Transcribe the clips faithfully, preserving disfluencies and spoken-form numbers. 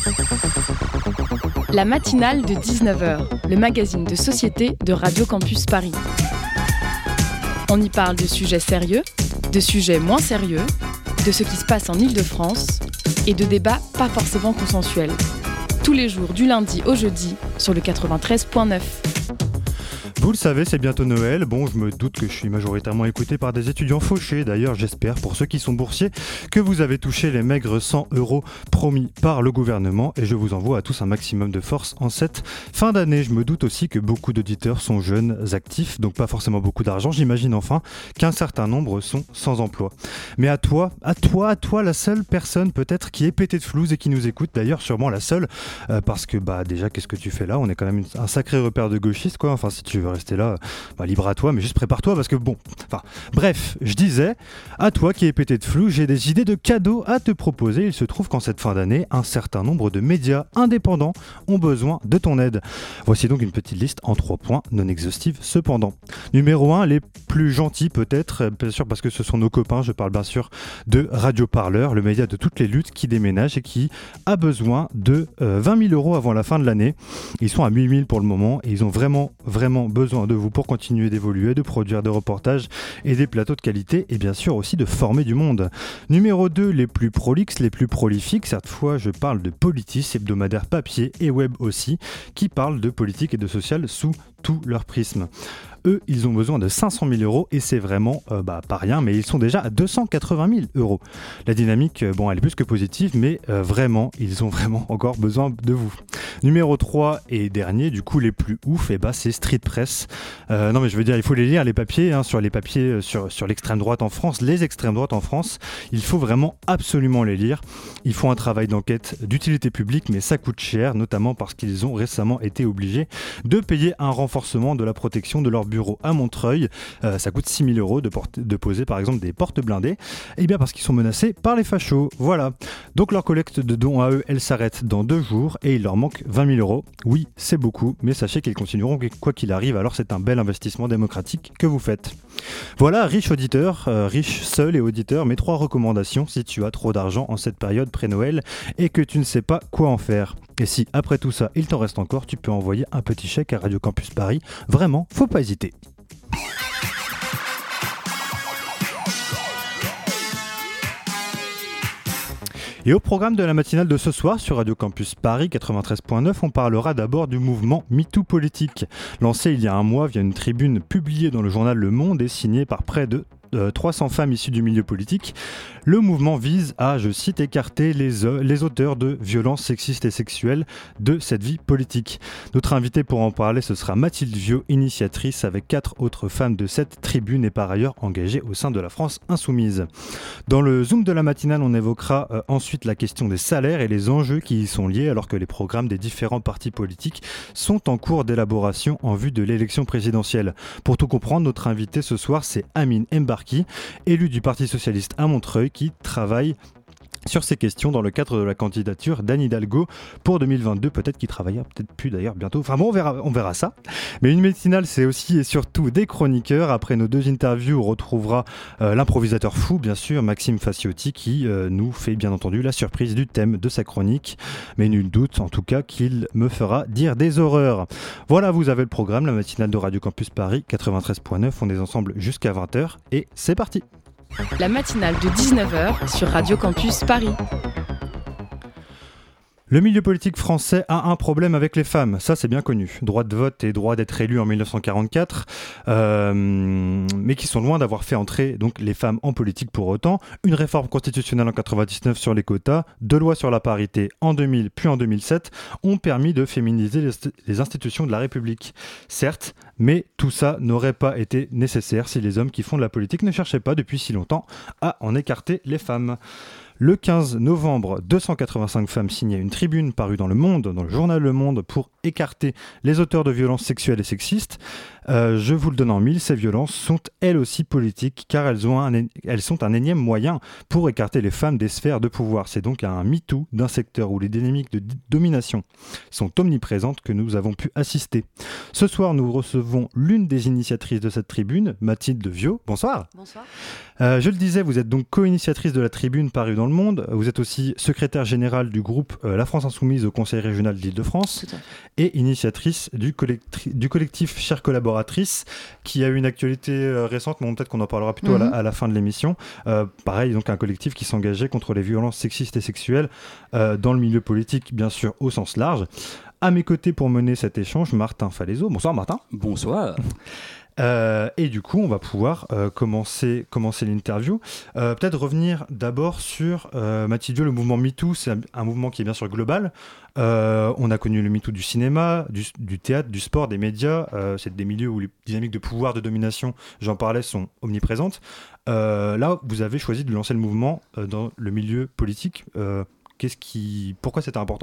La matinale de dix-neuf heures, le magazine de société de Radio Campus Paris. On y parle de sujets sérieux, de sujets moins sérieux, de ce qui se passe en Île-de-France et de débats pas forcément consensuels. Tous les jours du lundi au jeudi sur le quatre-vingt-treize neuf. Vous le savez, c'est bientôt Noël. Bon, je me doute que je suis majoritairement écouté par des étudiants fauchés. D'ailleurs, j'espère, pour ceux qui sont boursiers, que vous avez touché les maigres cent euros promis par le gouvernement. Et je vous envoie à tous un maximum de force en cette fin d'année. Je me doute aussi que beaucoup d'auditeurs sont jeunes, actifs, donc pas forcément beaucoup d'argent. J'imagine enfin qu'un certain nombre sont sans emploi. Mais à toi, à toi, à toi, la seule personne peut-être qui est pétée de flouze et qui nous écoute. D'ailleurs, sûrement la seule, euh, parce que bah déjà, qu'est-ce que tu fais là ? On est quand même une, un sacré repère de gauchistes, quoi. Enfin, si tu veux rester là, bah, libre à toi, mais juste prépare-toi parce que bon, enfin, bref, je disais, à toi qui es pété de flou, j'ai des idées de cadeaux à te proposer. Il se trouve qu'en cette fin d'année, un certain nombre de médias indépendants ont besoin de ton aide. Voici donc une petite liste en trois points, non exhaustive cependant. Numéro un, les plus gentils peut-être, bien sûr parce que ce sont nos copains, je parle bien sûr de Radio Parleur, le média de toutes les luttes qui déménage et qui a besoin de euh, vingt mille euros avant la fin de l'année. Ils sont à huit mille pour le moment et ils ont vraiment, vraiment besoin de vous pour continuer d'évoluer, de produire des reportages et des plateaux de qualité et bien sûr aussi de former du monde. Numéro deux, les plus prolixes, les plus prolifiques. Cette fois, je parle de Politis, hebdomadaire papier et web aussi, qui parlent de politique et de social sous tout leur prisme. Eux, ils ont besoin de cinq cent mille euros et c'est vraiment euh, bah, pas rien, mais ils sont déjà à deux cent quatre-vingt mille euros. La dynamique, euh, bon, elle est plus que positive, mais euh, vraiment, ils ont vraiment encore besoin de vous. Numéro trois et dernier, du coup, les plus ouf, et bah, c'est Street Press. Euh, non, mais je veux dire, il faut les lire, les papiers, hein, sur les papiers, euh, sur, sur l'extrême droite en France, les extrêmes droites en France, il faut vraiment absolument les lire. Ils font un travail d'enquête d'utilité publique, mais ça coûte cher, notamment parce qu'ils ont récemment été obligés de payer un renforcement de la protection de leur bureau à Montreuil. Euh, ça coûte six mille euros de, porte, de poser par exemple des portes blindées. Et bien parce qu'ils sont menacés par les fachos. Voilà. Donc leur collecte de dons à eux, elle s'arrête dans deux jours et il leur manque vingt mille euros. Oui, c'est beaucoup, mais sachez qu'ils continueront quoi qu'il arrive. Alors c'est un bel investissement démocratique que vous faites. Voilà, riche auditeur, euh, riche seul et auditeur, mes trois recommandations si tu as trop d'argent en cette période pré-Noël et que tu ne sais pas quoi en faire. Et si après tout ça, il t'en reste encore, tu peux envoyer un petit chèque à Radio Campus Paris. Vraiment, faut pas hésiter. Et au programme de la matinale de ce soir sur Radio Campus Paris quatre-vingt-treize neuf, on parlera d'abord du mouvement MeToo politique. Lancé il y a un mois via une tribune publiée dans le journal Le Monde et signée par près de Euh, trois cents femmes issues du milieu politique. Le mouvement vise à, je cite, écarter les, euh, les auteurs de violences sexistes et sexuelles de cette vie politique. Notre invitée pour en parler, ce sera Mathilde Viau, initiatrice avec quatre autres femmes de cette tribune et par ailleurs engagée au sein de la France Insoumise. Dans le Zoom de la matinale, on évoquera euh, ensuite la question des salaires et les enjeux qui y sont liés alors que les programmes des différents partis politiques sont en cours d'élaboration en vue de l'élection présidentielle. Pour tout comprendre, notre invité ce soir, c'est Amine Mbarki, élu du Parti Socialiste à Montreuil, qui travaille sur ces questions dans le cadre de la candidature d'Anne Hidalgo pour deux mille vingt-deux, peut-être qu'il travaillera, peut-être plus d'ailleurs bientôt, enfin bon on verra, on verra ça. Mais une matinale c'est aussi et surtout des chroniqueurs. Après nos deux interviews on retrouvera euh, l'improvisateur fou bien sûr, Maxime Faciotti, qui euh, nous fait bien entendu la surprise du thème de sa chronique, mais nul doute en tout cas qu'il me fera dire des horreurs. Voilà, vous avez le programme, la matinale de Radio Campus Paris quatre-vingt-treize neuf, on est ensemble jusqu'à vingt heures et c'est parti. La matinale de dix-neuf heures sur Radio Campus Paris. Le milieu politique français a un problème avec les femmes, ça c'est bien connu. Droit de vote et droit d'être élu en dix-neuf cent quarante-quatre, euh, mais qui sont loin d'avoir fait entrer donc, les femmes en politique pour autant. Une réforme constitutionnelle en quatre-vingt-dix-neuf sur les quotas, deux lois sur la parité en deux mille puis en deux mille sept ont permis de féminiser les, les institutions de la République. Certes, mais tout ça n'aurait pas été nécessaire si les hommes qui font de la politique ne cherchaient pas depuis si longtemps à en écarter les femmes. Le quinze novembre, deux cent quatre-vingt-cinq femmes signaient une tribune parue dans Le Monde, dans le journal Le Monde, pour écarter les auteurs de violences sexuelles et sexistes. Euh, je vous le donne en mille, ces violences sont elles aussi politiques car elles, ont un, elles sont un énième moyen pour écarter les femmes des sphères de pouvoir. C'est donc à un MeToo d'un secteur où les dynamiques de d- domination sont omniprésentes que nous avons pu assister. Ce soir, nous recevons l'une des initiatrices de cette tribune, Mathilde Viau. Bonsoir. Bonsoir. Euh, je le disais, vous êtes donc co-initiatrice de la tribune parue dans le monde. Vous êtes aussi secrétaire générale du groupe euh, La France Insoumise au Conseil régional d'Île-de-France et initiatrice du, collecti- du collectif Chères Collaboratrices qui a eu une actualité euh, récente, mais bon, peut-être qu'on en parlera plutôt mm-hmm. à, la, à la fin de l'émission. Euh, pareil, donc un collectif qui s'engageait contre les violences sexistes et sexuelles euh, dans le milieu politique, bien sûr, au sens large. À mes côtés pour mener cet échange, Martin Falaiseau. Bonsoir Martin. Bonsoir. Euh, et du coup, on va pouvoir euh, commencer, commencer l'interview. Euh, peut-être revenir d'abord sur euh, Mathilde Viau, le mouvement MeToo. C'est un, un mouvement qui est bien sûr global. Euh, on a connu le MeToo du cinéma, du, du théâtre, du sport, des médias. Euh, c'est des milieux où les dynamiques de pouvoir, de domination, j'en parlais, sont omniprésentes. Euh, là, vous avez choisi de lancer le mouvement euh, dans le milieu politique. Euh, qu'est-ce qui, pourquoi c'était important ?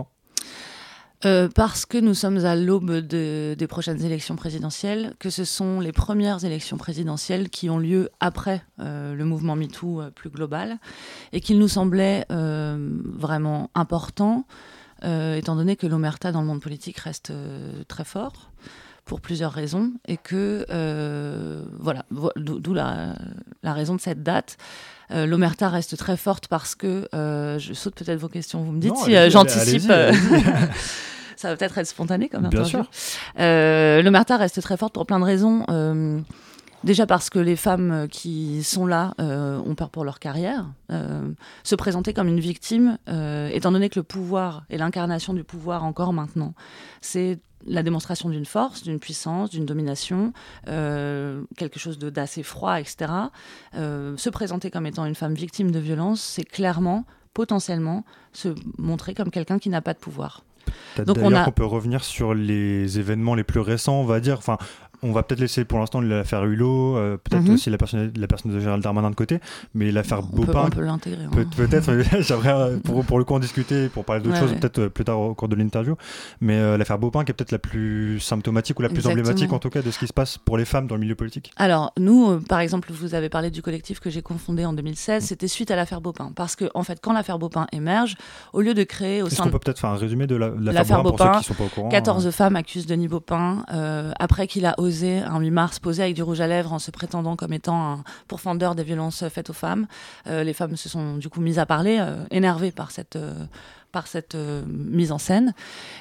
Euh, parce que nous sommes à l'aube de, des prochaines élections présidentielles, que ce sont les premières élections présidentielles qui ont lieu après euh, le mouvement MeToo euh, plus global, et qu'il nous semblait euh, vraiment important, euh, étant donné que l'omerta dans le monde politique reste euh, très fort, pour plusieurs raisons, et que, euh, voilà, d'où la, la raison de cette date. Euh, l'omerta reste très forte parce que, euh, je saute peut-être vos questions, vous me dites non, si euh, j'anticipe. Allez-y, allez-y. Ça va peut-être être spontané comme interview. Bien sûr. Euh, l'omerta reste très forte pour plein de raisons. Euh, déjà parce que les femmes qui sont là euh, ont peur pour leur carrière. Euh, se présenter comme une victime, euh, étant donné que le pouvoir et l'incarnation du pouvoir encore maintenant, c'est la démonstration d'une force, d'une puissance, d'une domination, euh, quelque chose de, d'assez froid, et cetera. Euh, se présenter comme étant une femme victime de violence, c'est clairement, potentiellement, se montrer comme quelqu'un qui n'a pas de pouvoir. Peut-être Donc d'ailleurs on a... qu'on peut revenir sur les événements les plus récents, on va dire. Enfin, on va peut-être laisser pour l'instant l'affaire Hulot, euh, peut-être mm-hmm. aussi la personne, la personne de Gérald Darmanin de côté, mais l'affaire on Baupin... Peut, on peut l'intégrer. Peut, hein. Peut-être, j'aimerais pour, pour le coup en discuter, pour parler d'autres ouais, choses, ouais. peut-être plus tard au cours de l'interview, mais euh, l'affaire Baupin qui est peut-être la plus symptomatique ou la plus Exactement. emblématique en tout cas de ce qui se passe pour les femmes dans le milieu politique. Alors, nous, euh, par exemple, vous avez parlé du collectif que j'ai confondé en deux mille seize, mm. c'était suite à l'affaire Baupin, parce que en fait, quand l'affaire Baupin émerge, au lieu de créer... Au Est-ce sein qu'on peut peut-être faire un résumé de la, l'affaire, l'affaire Baupin, Baupin pour ceux qui ne sont pas au courant quatorze euh... femmes accusent Denis Baupin, euh, après qu'il a osé, un huit mars, poser avec du rouge à lèvres en se prétendant comme étant un pourfendeur des violences faites aux femmes. Euh, les femmes se sont du coup mises à parler, euh, énervées par cette, euh, par cette euh, mise en scène,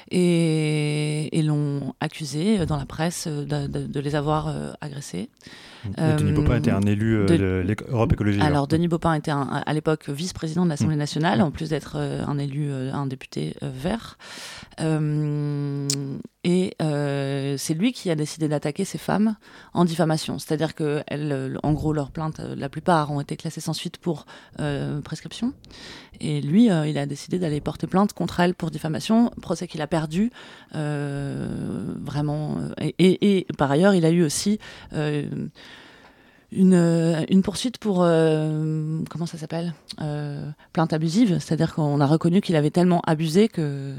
et, et l'ont accusé dans la presse de, de, de les avoir euh, agressées. Euh, Denis Baupin était un élu euh, de, de l'Europe Écologie. Alors, Denis Baupin était un, à l'époque vice-président de l'Assemblée mmh. nationale, en plus d'être euh, un élu, euh, un député euh, vert. Euh, et euh, c'est lui qui a décidé d'attaquer ces femmes en diffamation. C'est-à-dire que, elles, en gros, leurs plaintes, la plupart ont été classées sans suite pour euh, prescription. Et lui, euh, il a décidé d'aller porter plainte contre elles pour diffamation, procès qu'il a perdu, euh, vraiment. Et, et, et par ailleurs, il a eu aussi euh, une, une poursuite pour, euh, comment ça s'appelle euh, plainte abusive, c'est-à-dire qu'on a reconnu qu'il avait tellement abusé que...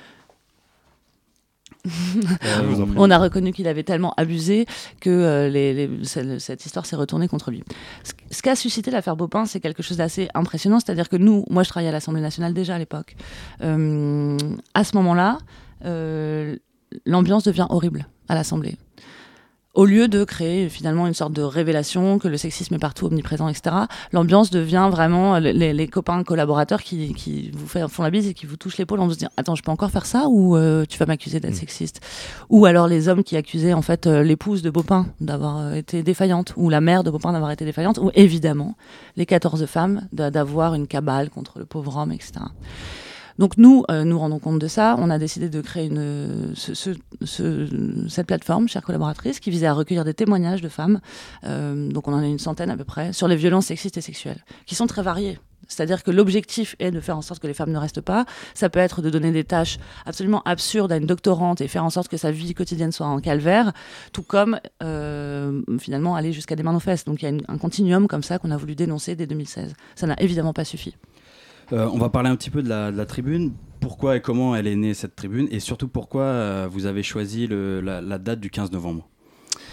On a reconnu qu'il avait tellement abusé que euh, les, les, cette histoire s'est retournée contre lui. Ce, ce qu'a suscité l'affaire Baupin, c'est quelque chose d'assez impressionnant. C'est-à-dire que nous, moi je travaillais à l'Assemblée nationale déjà à l'époque. Euh, à ce moment-là, euh, l'ambiance devient horrible à l'Assemblée. Au lieu de créer finalement une sorte de révélation que le sexisme est partout omniprésent, et cetera, l'ambiance devient vraiment les, les copains collaborateurs qui, qui vous font la bise et qui vous touchent l'épaule en vous disant « Attends, je peux encore faire ça ou euh, tu vas m'accuser d'être mmh. sexiste ?» Ou alors les hommes qui accusaient en fait euh, l'épouse de Baupin d'avoir euh, été défaillante, ou la mère de Baupin d'avoir été défaillante, ou évidemment les quatorze femmes d'avoir une cabale contre le pauvre homme, et cetera. Donc nous, euh, nous rendons compte de ça. On a décidé de créer une, ce, ce, ce, cette plateforme, Chères Collaboratrices, qui visait à recueillir des témoignages de femmes. Euh, donc on en a une centaine à peu près, sur les violences sexistes et sexuelles, qui sont très variées. C'est-à-dire que l'objectif est de faire en sorte que les femmes ne restent pas. Ça peut être de donner des tâches absolument absurdes à une doctorante et faire en sorte que sa vie quotidienne soit en calvaire, tout comme euh, finalement aller jusqu'à des mains aux fesses. Donc il y a une, un continuum comme ça qu'on a voulu dénoncer dès deux mille seize. Ça n'a évidemment pas suffi. Euh, on va parler un petit peu de la, de la tribune. Pourquoi et comment elle est née, cette tribune, et surtout pourquoi euh, vous avez choisi le, la, la date du quinze novembre ?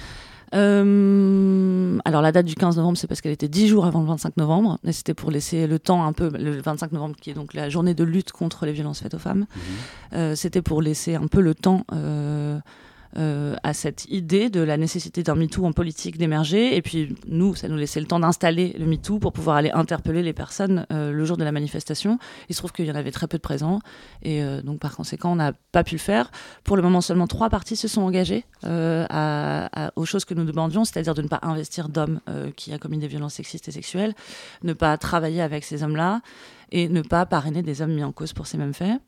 Euh, alors la date du quinze novembre, c'est parce qu'elle était dix jours avant le vingt-cinq novembre, et c'était pour laisser le temps un peu, le vingt-cinq novembre qui est donc la journée de lutte contre les violences faites aux femmes, mmh. euh, c'était pour laisser un peu le temps euh, euh, à cette idée de la nécessité d'un MeToo en politique d'émerger, et puis nous, ça nous laissait le temps d'installer le MeToo pour pouvoir aller interpeller les personnes euh, le jour de la manifestation. Il se trouve qu'il y en avait très peu de présents, et euh, donc par conséquent, on n'a pas pu le faire. Pour le moment, seulement trois partis se sont engagés euh, à, à, aux choses que nous demandions, c'est-à-dire de ne pas investir d'hommes euh, qui a commis des violences sexistes et sexuelles, ne pas travailler avec ces hommes-là, et ne pas parrainer des hommes mis en cause pour ces mêmes faits.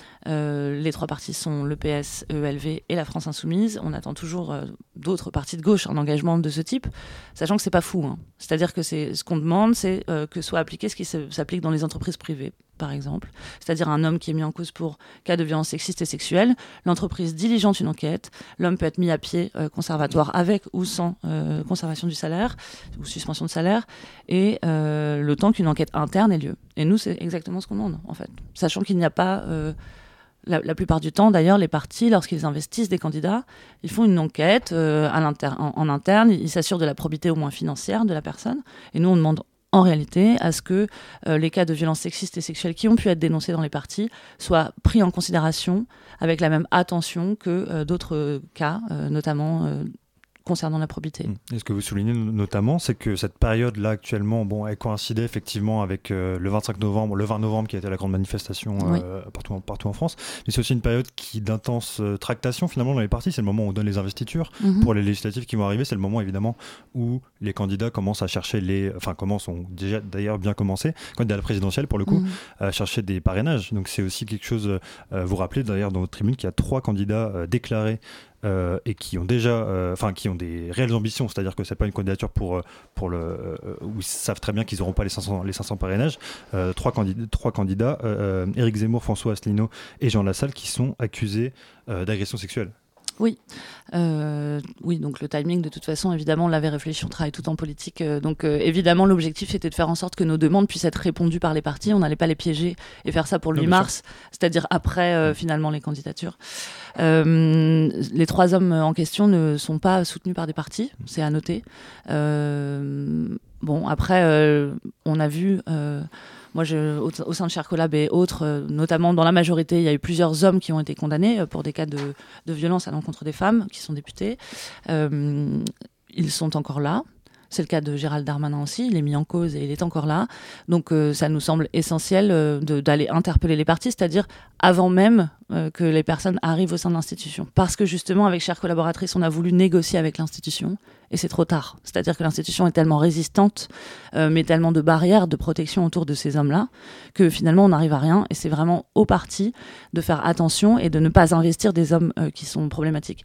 Euh, les trois partis sont l'E P S, E L V et la France Insoumise. On attend toujours euh, d'autres partis de gauche un engagement de ce type, sachant que c'est pas fou. Hein. C'est-à-dire que c'est, ce qu'on demande, c'est euh, que soit appliqué ce qui se, s'applique dans les entreprises privées, par exemple. C'est-à-dire un homme qui est mis en cause pour cas de violence sexiste et sexuelle. L'entreprise diligente une enquête. L'homme peut être mis à pied euh, conservatoire avec ou sans euh, conservation du salaire ou suspension de salaire, et euh, le temps qu'une enquête interne ait lieu. Et nous, c'est exactement ce qu'on demande, en fait. Sachant qu'il n'y a pas... Euh, La, la plupart du temps, d'ailleurs, les partis, lorsqu'ils investissent des candidats, ils font une enquête euh, à l'inter- en, en interne, ils s'assurent de la probité au moins financière de la personne. Et nous, on demande en réalité à ce que euh, les cas de violences sexistes et sexuelles qui ont pu être dénoncés dans les partis soient pris en considération avec la même attention que euh, d'autres cas, euh, notamment... Euh, concernant la probité. Et ce que vous soulignez notamment, c'est que cette période-là actuellement, bon, elle coïncidait effectivement avec euh, le vingt-cinq novembre, le vingt novembre qui a été la grande manifestation euh, oui. partout, partout en France, mais c'est aussi une période qui d'intense euh, tractation finalement dans les partis. C'est le moment où on donne les investitures mm-hmm. pour les législatives qui vont arriver. C'est le moment évidemment où les candidats commencent à chercher les, enfin commencent, ont déjà d'ailleurs bien commencé, candidats à la présidentielle pour le coup, mm-hmm. à chercher des parrainages. Donc c'est aussi quelque chose. Euh, vous rappelez d'ailleurs dans votre tribune qu'il y a trois candidats euh, déclarés. Euh, et qui ont déjà, enfin euh, qui ont des réelles ambitions, c'est-à-dire que c'est pas une candidature pour pour le euh, où ils savent très bien qu'ils n'auront pas les cinq cents les cinq cents parrainages. Euh, trois candidats, trois candidats, euh, Éric Zemmour, François Asselineau et Jean Lassalle, qui sont accusés euh, d'agression sexuelle. Oui, euh, oui. Donc le timing, de toute façon, évidemment, on l'avait réfléchi. On travaille tout en politique, euh, donc euh, évidemment, l'objectif était de faire en sorte que nos demandes puissent être répondues par les partis. On n'allait pas les piéger et faire ça pour le huit mars, c'est-à-dire après euh, finalement les candidatures. Euh, les trois hommes en question ne sont pas soutenus par des partis, c'est à noter. Euh, bon, après, euh, on a vu. Euh, Moi, je, au, au sein de Cher Collab et autres, euh, notamment dans la majorité, il y a eu plusieurs hommes qui ont été condamnés euh, pour des cas de, de violence à l'encontre des femmes, qui sont députés. Euh, ils sont encore là. C'est le cas de Gérald Darmanin aussi, il est mis en cause et il est encore là. Donc euh, ça nous semble essentiel euh, de, d'aller interpeller les partis, c'est-à-dire avant même euh, que les personnes arrivent au sein de l'institution. Parce que justement, avec Chères Collaboratrices, on a voulu négocier avec l'institution et c'est trop tard. C'est-à-dire que l'institution est tellement résistante, euh, mais tellement de barrières de protection autour de ces hommes-là, que finalement on n'arrive à rien. Et c'est vraiment aux partis de faire attention et de ne pas investir des hommes euh, qui sont problématiques.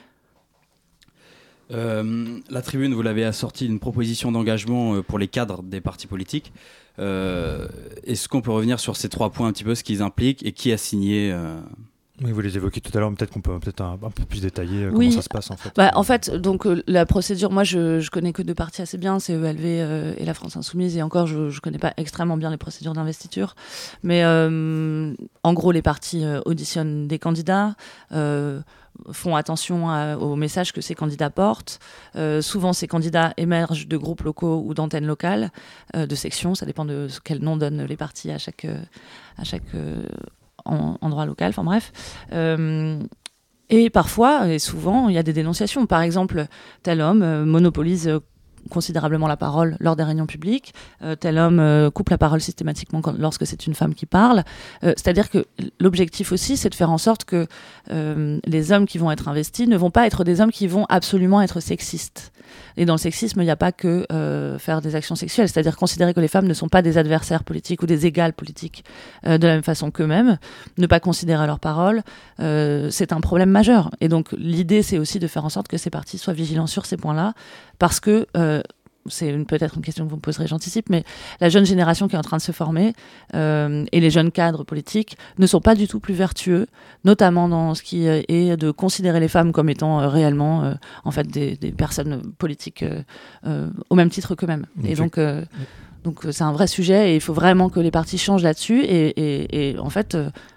Euh, la Tribune, vous l'avez assortie d'une proposition d'engagement pour les cadres des partis politiques. Euh, est-ce qu'on peut revenir sur ces trois points un petit peu, ce qu'ils impliquent et qui a signé euh... Oui, vous les évoquez tout à l'heure, peut-être qu'on peut peut-être un, un peu plus détailler oui. comment ça se passe en fait. Bah, en fait, donc euh, la procédure, moi je, je connais que deux partis assez bien, c'est E L V euh, et la France Insoumise, et encore je, je connais pas extrêmement bien les procédures d'investiture, mais euh, en gros les partis euh, auditionnent des candidats, euh, font attention à, aux messages que ces candidats portent. Euh, souvent, ces candidats émergent de groupes locaux ou d'antennes locales, euh, de sections, ça dépend de quel nom donnent les partis à chaque, euh, à chaque euh, en, endroit local, enfin bref. Euh, et parfois, et souvent, il y a des dénonciations. Par exemple, tel homme euh, monopolise euh, considérablement la parole lors des réunions publiques, euh, tel homme euh, coupe la parole systématiquement quand, lorsque c'est une femme qui parle. Euh, c'est-à-dire que l'objectif aussi, c'est de faire en sorte que euh, les hommes qui vont être investis ne vont pas être des hommes qui vont absolument être sexistes. Et dans le sexisme, il n'y a pas que euh, faire des actions sexuelles, c'est-à-dire considérer que les femmes ne sont pas des adversaires politiques ou des égales politiques euh, de la même façon qu'eux-mêmes, ne pas considérer leurs paroles, euh, c'est un problème majeur. Et donc l'idée, c'est aussi de faire en sorte que ces partis soient vigilants sur ces points-là, parce que euh, c'est une, peut-être une question que vous me poserez, j'anticipe, mais la jeune génération qui est en train de se former euh, et les jeunes cadres politiques ne sont pas du tout plus vertueux, notamment dans ce qui est de considérer les femmes comme étant euh, réellement euh, en fait des, des personnes politiques euh, euh, au même titre qu'eux-mêmes. Okay. Et donc, euh, donc c'est un vrai sujet et il faut vraiment que les partis changent là-dessus et, et, et en fait euh,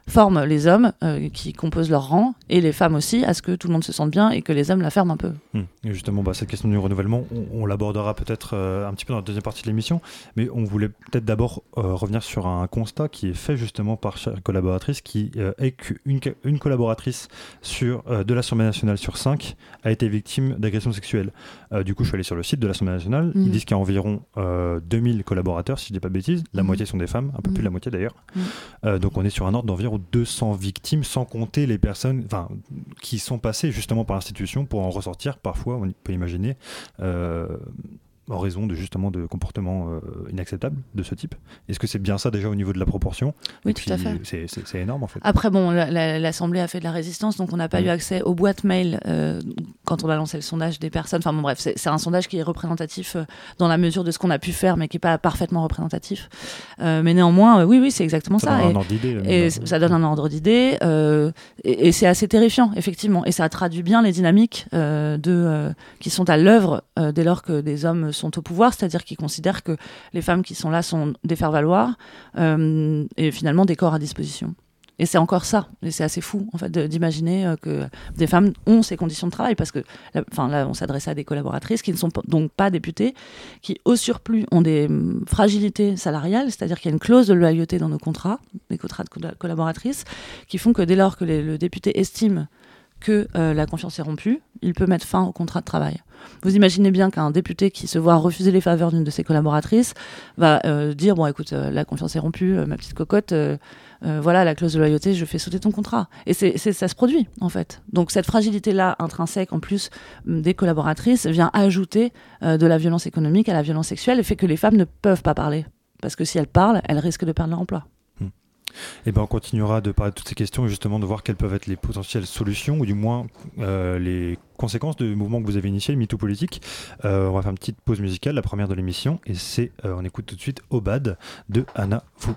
forment les hommes euh, qui composent leur rang et les femmes aussi à ce que tout le monde se sente bien et que les hommes la ferment un peu. Mmh. Et justement, bah, cette question du renouvellement, on, on l'abordera peut-être euh, un petit peu dans la deuxième partie de l'émission, mais on voulait peut-être d'abord euh, revenir sur un constat qui est fait justement par chaque collaboratrice, qui euh, est qu'une une collaboratrice sur, euh, de l'Assemblée nationale sur cinq a été victime d'agressions sexuelles. Euh, du coup, je suis allé sur le site de l'Assemblée nationale, mmh. ils disent qu'il y a environ euh, deux mille collaborateurs, si je ne dis pas de bêtises, la mmh. moitié sont des femmes, un peu mmh. plus de la moitié d'ailleurs. Mmh. Euh, donc on est sur un ordre d'environ deux cents victimes, sans compter les personnes qui sont passées justement par l'institution pour en ressortir, parfois, on peut imaginer, euh, en raison de justement de comportements euh, inacceptables de ce type. Est-ce que c'est bien ça déjà au niveau de la proportion ? Oui, Et tout puis, à fait. C'est, c'est, c'est énorme en fait. Après, bon, la, la, l'Assemblée a fait de la résistance, donc on n'a pas mmh. eu accès aux boîtes mail euh, quand on a lancé le sondage des personnes. Enfin bon, bref, c'est, c'est un sondage qui est représentatif euh, dans la mesure de ce qu'on a pu faire, mais qui n'est pas parfaitement représentatif. Euh, mais néanmoins, euh, oui, oui, c'est exactement ça. Ça donne et, un ordre d'idée. Et c- ça donne un ordre d'idée, euh, et, et c'est assez terrifiant, effectivement. Et ça traduit bien les dynamiques euh, de, euh, qui sont à l'œuvre euh, dès lors que des hommes sont au pouvoir, c'est-à-dire qui considèrent que les femmes qui sont là sont des faire-valoir euh, et finalement des corps à disposition. Et c'est encore ça, et c'est assez fou en fait de, d'imaginer euh, que des femmes ont ces conditions de travail, parce que enfin là on s'adressait à des collaboratrices qui ne sont p- donc pas députées, qui au surplus ont des m, fragilités salariales, c'est-à-dire qu'il y a une clause de loyauté dans nos contrats, des contrats de co- collaboratrices, qui font que dès lors que les, le député estime que euh, la confiance est rompue, il peut mettre fin au contrat de travail. Vous imaginez bien qu'un député qui se voit refuser les faveurs d'une de ses collaboratrices va euh, dire, bon écoute, euh, la confiance est rompue, euh, ma petite cocotte, euh, euh, voilà la clause de loyauté, je fais sauter ton contrat. Et c'est, c'est, ça se produit en fait. Donc cette fragilité-là, intrinsèque en plus des collaboratrices, vient ajouter euh, de la violence économique à la violence sexuelle et fait que les femmes ne peuvent pas parler. Parce que si elles parlent, elles risquent de perdre leur emploi. Et ben on continuera de parler de toutes ces questions et justement de voir quelles peuvent être les potentielles solutions ou du moins euh, les conséquences du mouvement que vous avez initié, le MeToo politique. Euh, on va faire une petite pause musicale, la première de l'émission, et c'est, euh, on écoute tout de suite Obad de Anna Fou.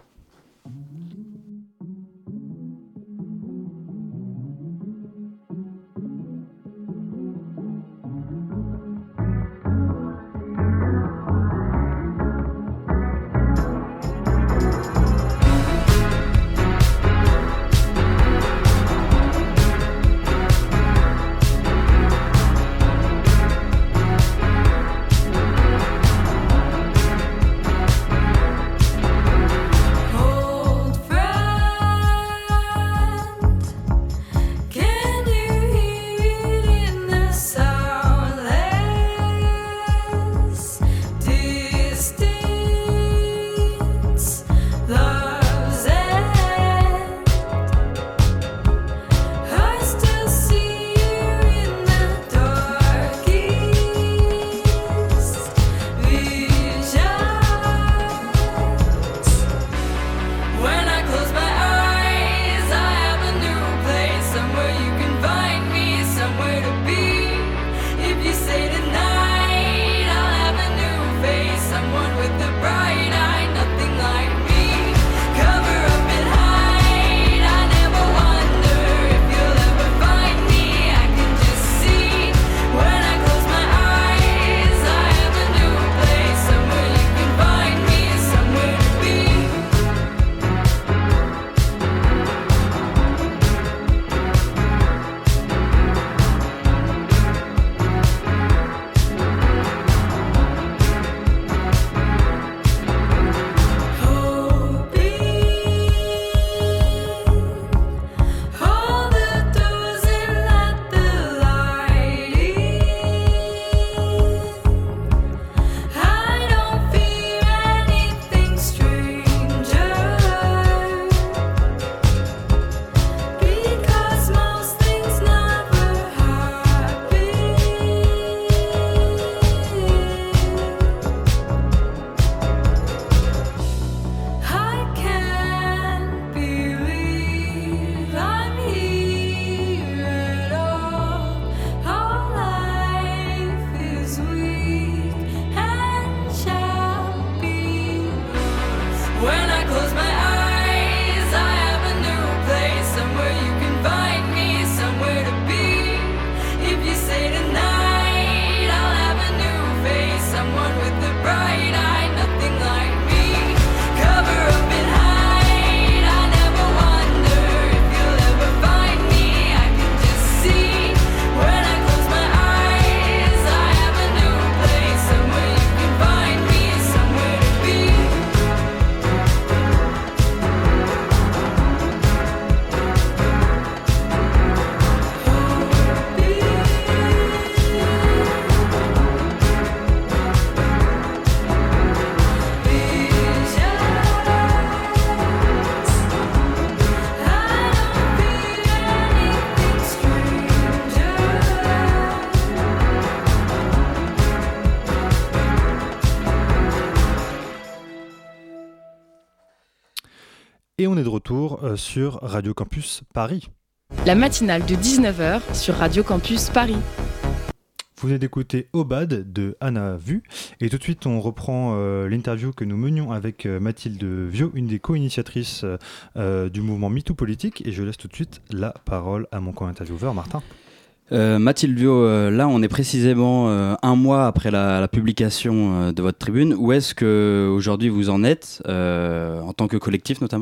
Et on est de retour euh, sur Radio Campus Paris. La matinale de dix-neuf heures sur Radio Campus Paris. Vous venez d'écouter Obad de Anna Vu. Et tout de suite, on reprend euh, l'interview que nous menions avec euh, Mathilde Viau, une des co-initiatrices euh, du mouvement MeToo Politique. Et je laisse tout de suite la parole à mon co-intervieweur, Martin. Euh, Mathilde Viau, euh, là on est précisément euh, un mois après la, la publication euh, de votre tribune. Où est-ce que aujourd'hui vous en êtes, euh, en tant que collectif notamment ?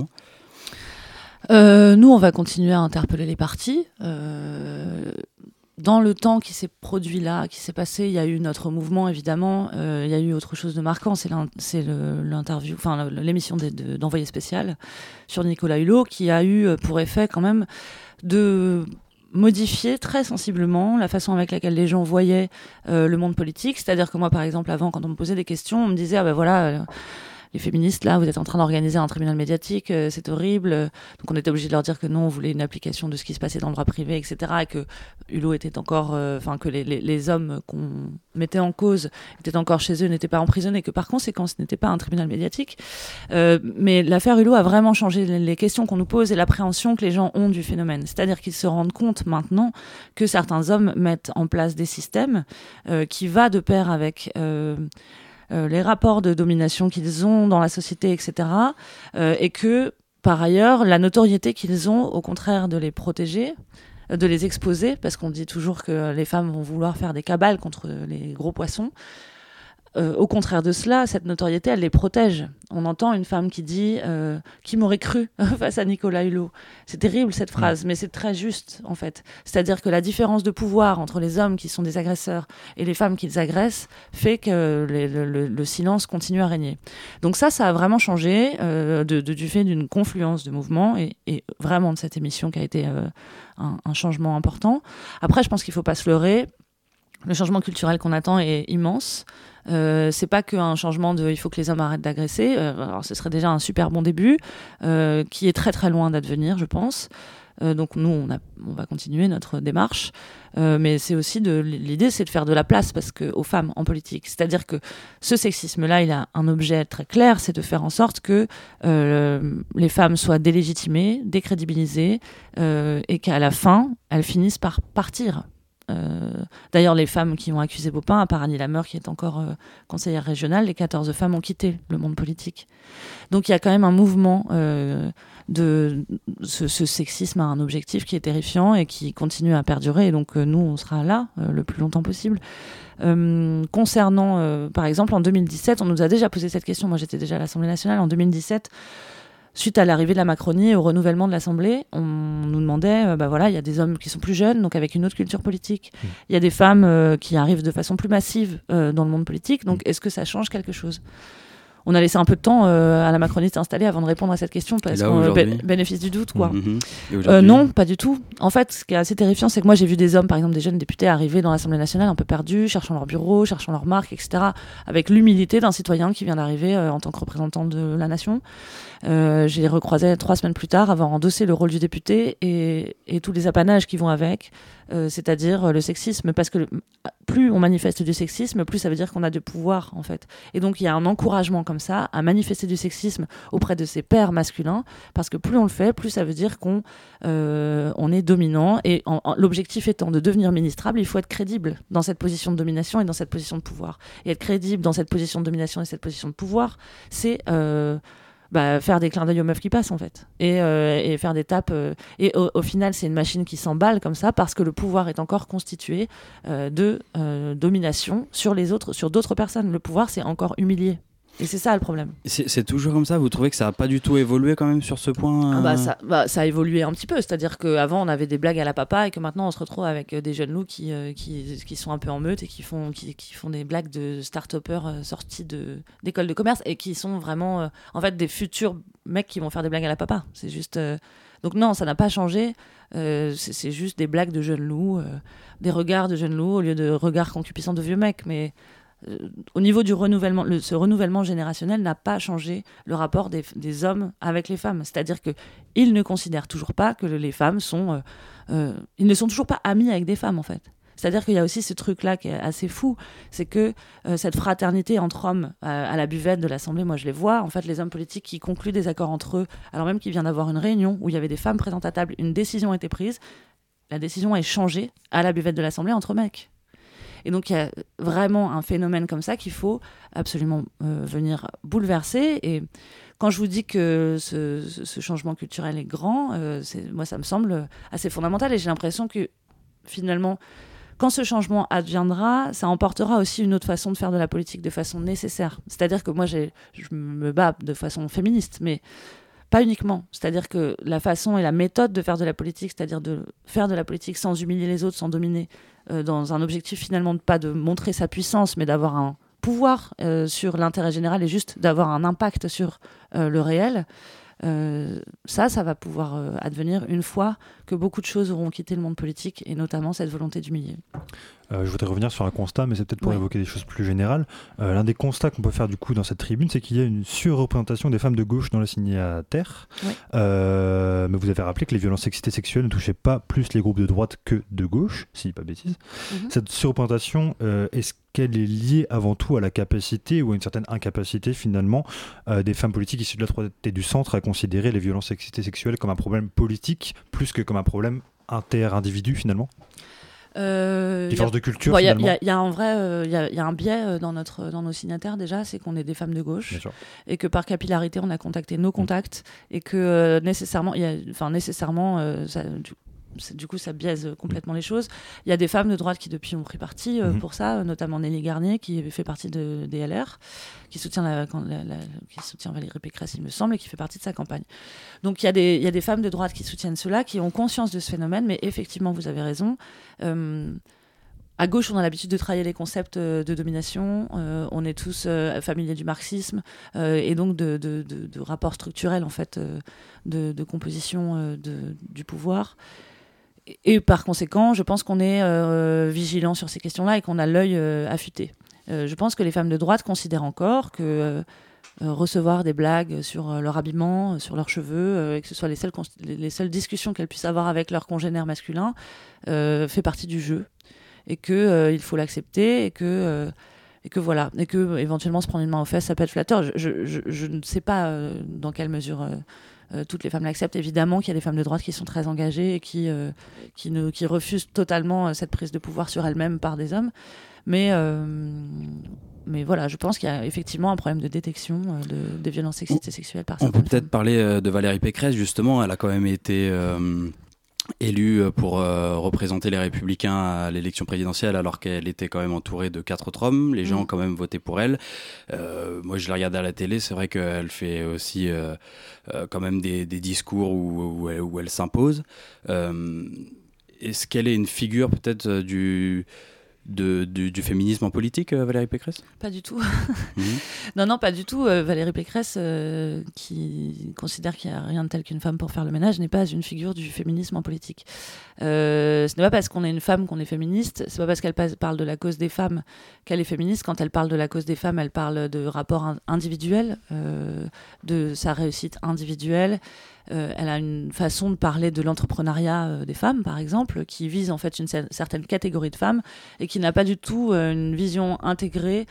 euh, Nous, on va continuer à interpeller les partis. Euh, dans le temps qui s'est produit là, qui s'est passé, il y a eu notre mouvement évidemment. Euh, il y a eu autre chose de marquant, c'est, l'in- c'est le, l'interview, enfin l'émission de, de, d'Envoyé spécial sur Nicolas Hulot, qui a eu pour effet quand même de modifier très sensiblement la façon avec laquelle les gens voyaient euh, le monde politique. C'est-à-dire que moi, par exemple, avant, quand on me posait des questions, on me disait « Ah ben voilà, euh, les féministes, là, vous êtes en train d'organiser un tribunal médiatique, euh, c'est horrible. » Donc on était obligé de leur dire que non, on voulait une application de ce qui se passait dans le droit privé, et cetera. Et que Hulot était encore... Enfin, euh, que les, les, les hommes qu'on mettait en cause étaient encore chez eux, n'étaient pas emprisonnés, que par conséquent, ce n'était pas un tribunal médiatique. Euh, mais l'affaire Hulot a vraiment changé les questions qu'on nous pose et l'appréhension que les gens ont du phénomène. C'est-à-dire qu'ils se rendent compte maintenant que certains hommes mettent en place des systèmes euh, qui va de pair avec... Euh, Euh, les rapports de domination qu'ils ont dans la société, et cetera. Euh, et que, par ailleurs, la notoriété qu'ils ont, au contraire de les protéger, euh, de les exposer, parce qu'on dit toujours que les femmes vont vouloir faire des cabales contre les gros poissons. Euh, au contraire de cela, cette notoriété, elle les protège. On entend une femme qui dit euh, « Qui m'aurait cru ?» face à Nicolas Hulot. C'est terrible cette phrase, mais c'est très juste en fait. C'est-à-dire que la différence de pouvoir entre les hommes qui sont des agresseurs et les femmes qu'ils agressent fait que les, le, le, le silence continue à régner. Donc ça, ça a vraiment changé euh, de, de, du fait d'une confluence de mouvements et, et vraiment de cette émission qui a été euh, un, un changement important. Après, je pense qu'il ne faut pas se leurrer. Le changement culturel qu'on attend est immense. Euh, c'est pas qu'un changement de il faut que les hommes arrêtent d'agresser. Euh, alors ce serait déjà un super bon début, euh, qui est très très loin d'advenir, je pense. Euh, donc nous, on, a, on va continuer notre démarche. Euh, mais c'est aussi de l'idée, c'est de faire de la place parce que, aux femmes en politique. C'est-à-dire que ce sexisme-là, il a un objet très clair, c'est de faire en sorte que euh, les femmes soient délégitimées, décrédibilisées, euh, et qu'à la fin, elles finissent par partir. Euh, d'ailleurs, les femmes qui ont accusé Beaupin, à part Annie Lameur qui est encore euh, conseillère régionale, les quatorze femmes ont quitté le monde politique. Donc il y a quand même un mouvement euh, de ce, ce sexisme a un objectif qui est terrifiant et qui continue à perdurer. Et donc euh, nous, on sera là euh, le plus longtemps possible. Euh, concernant, euh, par exemple, en deux mille dix-sept, on nous a déjà posé cette question. Moi, j'étais déjà à l'Assemblée nationale en deux mille dix-sept. Suite à l'arrivée de la Macronie et au renouvellement de l'Assemblée, on nous demandait, euh, bah voilà, il y a des hommes qui sont plus jeunes, donc avec une autre culture politique. Il mmh. y a des femmes euh, qui arrivent de façon plus massive euh, dans le monde politique, donc mmh. est-ce que ça change quelque chose ? On a laissé un peu de temps euh, à la Macronie de s'installer avant de répondre à cette question, parce qu'on a bé- bénéfice du doute, quoi. Mmh. Euh, non, pas du tout. En fait, ce qui est assez terrifiant, c'est que moi, j'ai vu des hommes, par exemple des jeunes députés, arriver dans l'Assemblée nationale un peu perdus, cherchant leur bureau, cherchant leur marque, et cetera, avec l'humilité d'un citoyen qui vient d'arriver euh, en tant que représentant de la nation. Euh, j'ai les recroisé trois semaines plus tard, avoir endossé le rôle du député et, et tous les apanages qui vont avec, euh, c'est-à-dire le sexisme, parce que le, plus on manifeste du sexisme, plus ça veut dire qu'on a du pouvoir, en fait. Et donc il y a un encouragement comme ça à manifester du sexisme auprès de ses pairs masculins, parce que plus on le fait, plus ça veut dire qu'on euh, on est dominant, et en, en, l'objectif étant de devenir ministrable, il faut être crédible dans cette position de domination et dans cette position de pouvoir. Et être crédible dans cette position de domination et cette position de pouvoir, c'est... Euh, Bah, faire des clins d'œil aux meufs qui passent en fait et, euh, et faire des tapes euh, et au, au final c'est une machine qui s'emballe comme ça parce que le pouvoir est encore constitué euh, de euh, domination sur les autres, sur d'autres personnes. Le pouvoir c'est encore humilié. Et c'est ça le problème. C'est, c'est toujours comme ça. Vous trouvez que ça n'a pas du tout évolué quand même sur ce point euh... ah bah, ça, bah, ça a évolué un petit peu. C'est-à-dire qu'avant, on avait des blagues à la papa et que maintenant, on se retrouve avec des jeunes loups qui, euh, qui, qui sont un peu en meute et qui font, qui, qui font des blagues de start-upers euh, sortis de, d'écoles de commerce et qui sont vraiment, euh, en fait, des futurs mecs qui vont faire des blagues à la papa. C'est juste... Euh... Donc non, ça n'a pas changé. Euh, c'est, c'est juste des blagues de jeunes loups, euh, des regards de jeunes loups au lieu de regards concupiscents de vieux mecs. Mais... Euh, au niveau du renouvellement, le, ce renouvellement générationnel n'a pas changé le rapport des, des hommes avec les femmes. C'est-à-dire qu'ils ne considèrent toujours pas que les femmes sont... Euh, euh, ils ne sont toujours pas amis avec des femmes, en fait. C'est-à-dire qu'il y a aussi ce truc-là qui est assez fou, c'est que euh, cette fraternité entre hommes à, à la buvette de l'Assemblée, moi je les vois, en fait les hommes politiques qui concluent des accords entre eux, alors même qu'il vient d'avoir une réunion où il y avait des femmes présentes à table, une décision a été prise, la décision est changée à la buvette de l'Assemblée entre mecs. Et donc il y a vraiment un phénomène comme ça qu'il faut absolument euh, venir bouleverser. Et quand je vous dis que ce, ce changement culturel est grand, euh, c'est, moi ça me semble assez fondamental et j'ai l'impression que finalement, quand ce changement adviendra, ça emportera aussi une autre façon de faire de la politique de façon nécessaire. C'est-à-dire que moi j'ai, je me bats de façon féministe, mais pas uniquement. C'est-à-dire que la façon et la méthode de faire de la politique, c'est-à-dire de faire de la politique sans humilier les autres, sans dominer, euh, dans un objectif finalement de pas de montrer sa puissance, mais d'avoir un pouvoir euh, sur l'intérêt général et juste d'avoir un impact sur euh, le réel, euh, ça, ça va pouvoir euh, advenir une fois que beaucoup de choses auront quitté le monde politique et notamment cette volonté d'humilier. Euh, je voudrais revenir sur un constat, mais c'est peut-être pour ouais. évoquer des choses plus générales. Euh, l'un des constats qu'on peut faire du coup dans cette tribune, c'est qu'il y a une surreprésentation des femmes de gauche dans la signataire. Ouais. Euh, mais vous avez rappelé que les violences sexistes et sexuelles ne touchaient pas plus les groupes de droite que de gauche, si je dis pas bêtise. Mm-hmm. Cette surreprésentation, euh, est-ce qu'elle est liée avant tout à la capacité ou à une certaine incapacité finalement euh, des femmes politiques issues de la droite et du centre à considérer les violences sexistes et sexuelles comme un problème politique plus que comme un problème inter-individu finalement? Euh, Différence a, de culture, bon, finalement. Il y, y, y a un vrai, il euh, y, y a un biais dans notre, dans nos signataires déjà, c'est qu'on est des femmes de gauche et que par capillarité on a contacté nos contacts mmh. et que euh, nécessairement, y a, enfin nécessairement, euh, ça, du, du coup ça biaise complètement mmh. les choses. Il y a des femmes de droite qui depuis ont pris parti euh, mmh. pour ça, notamment Nelly Garnier qui fait partie de, des L R, qui soutient, la, la, la, qui soutient Valérie Pécresse il me semble et qui fait partie de sa campagne. Donc il y, y a des femmes de droite qui soutiennent cela, qui ont conscience de ce phénomène, mais effectivement vous avez raison. Euh, à gauche, on a l'habitude de travailler les concepts de domination, euh, on est tous euh, familiers du marxisme euh, et donc de, de, de, de rapports structurels en fait, euh, de, de composition euh, de, du pouvoir. Et, et par conséquent, je pense qu'on est euh, vigilant sur ces questions-là et qu'on a l'œil euh, affûté. Euh, je pense que les femmes de droite considèrent encore que euh, Euh, recevoir des blagues sur euh, leur habillement, euh, sur leurs cheveux, euh, et que ce soit les seules, cons- les seules discussions qu'elles puissent avoir avec leurs congénères masculins, euh, fait partie du jeu. Et qu'il euh, faut l'accepter, et que, euh, et que voilà. Et que éventuellement se prendre une main aux fesses, ça peut être flatteur. Je, je, je, je ne sais pas euh, dans quelle mesure euh, euh, toutes les femmes l'acceptent. Évidemment qu'il y a des femmes de droite qui sont très engagées et qui, euh, qui, ne, qui refusent totalement euh, cette prise de pouvoir sur elles-mêmes par des hommes. Mais... Euh, Mais voilà, je pense qu'il y a effectivement un problème de détection euh, de, des violences sexistes et sexuelles par certaines On peut peut-être femmes. parler euh, de Valérie Pécresse, justement. Elle a quand même été euh, élue pour euh, représenter les Républicains à l'élection présidentielle, alors qu'elle était quand même entourée de quatre autres hommes. Les gens mmh. ont quand même voté pour elle. Euh, moi, je la regarde à la télé. C'est vrai qu'elle fait aussi euh, euh, quand même des, des discours où, où elle, où elle s'impose. Euh, est-ce qu'elle est une figure peut-être euh, du... De, du, du féminisme en politique, euh, Valérie Pécresse ? Pas du tout. mmh. Non, non, pas du tout. Euh, Valérie Pécresse, euh, qui considère qu'il n'y a rien de tel qu'une femme pour faire le ménage, n'est pas une figure du féminisme en politique. Euh, ce n'est pas parce qu'on est une femme qu'on est féministe, c'est pas parce qu'elle parle de la cause des femmes qu'elle est féministe. Quand elle parle de la cause des femmes, elle parle de rapports individuels, euh, de sa réussite individuelle. Euh, elle a une façon de parler de l'entrepreneuriat euh, des femmes, par exemple, qui vise en fait une cer- certaine catégorie de femmes et qui n'a pas du tout euh, une vision intégrée,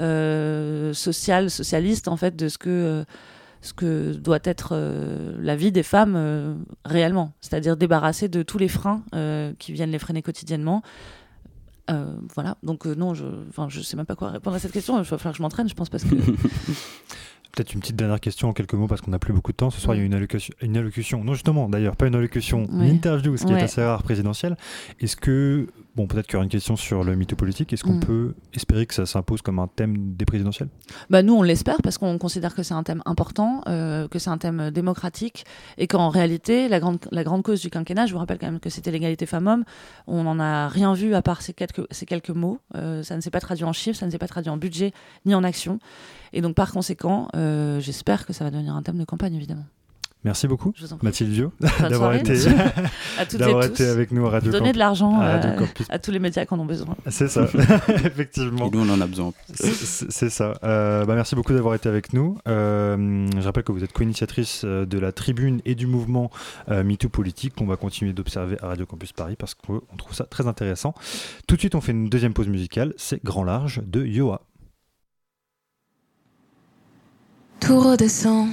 euh, sociale, socialiste, en fait, de ce que, euh, ce que doit être euh, la vie des femmes euh, réellement. C'est-à-dire débarrasser de tous les freins euh, qui viennent les freiner quotidiennement. Euh, voilà, donc euh, non, je ne sais même pas quoi répondre à cette question. Il va falloir que je m'entraîne, je pense, parce que... Peut-être une petite dernière question en quelques mots parce qu'on n'a plus beaucoup de temps. Ce soir, oui. il y a une allocution, une allocution, non justement d'ailleurs, pas une allocution, oui. une interview, ce qui ouais. est assez rare présidentielle. Est-ce que, bon peut-être qu'il y aura une question sur le mytho politique, est-ce qu'on mm. peut espérer que ça s'impose comme un thème des présidentielles ? Bah nous on l'espère parce qu'on considère que c'est un thème important, euh, que c'est un thème démocratique et qu'en réalité la grande, la grande cause du quinquennat, je vous rappelle quand même que c'était l'égalité femmes-hommes, on n'en a rien vu à part ces quelques, ces quelques mots, euh, ça ne s'est pas traduit en chiffres, ça ne s'est pas traduit en budget ni en action. Et donc par conséquent, euh, j'espère que ça va devenir un thème de campagne, évidemment. Merci beaucoup, Mathilde Viau, d'avoir, été... à toutes d'avoir et tous. été avec nous à Radio Campus. Donner de l'argent à, euh, à tous les médias qui en ont besoin. C'est ça, effectivement. Et nous, on en a besoin. C'est, c'est ça. Euh, bah, merci beaucoup d'avoir été avec nous. Euh, je rappelle que vous êtes co-initiatrice de la tribune et du mouvement euh, MeToo Politique, qu'on va continuer d'observer à Radio Campus Paris parce qu'on trouve ça très intéressant. Tout de suite, on fait une deuxième pause musicale. C'est Grand Large de Yoa. Tout redescend.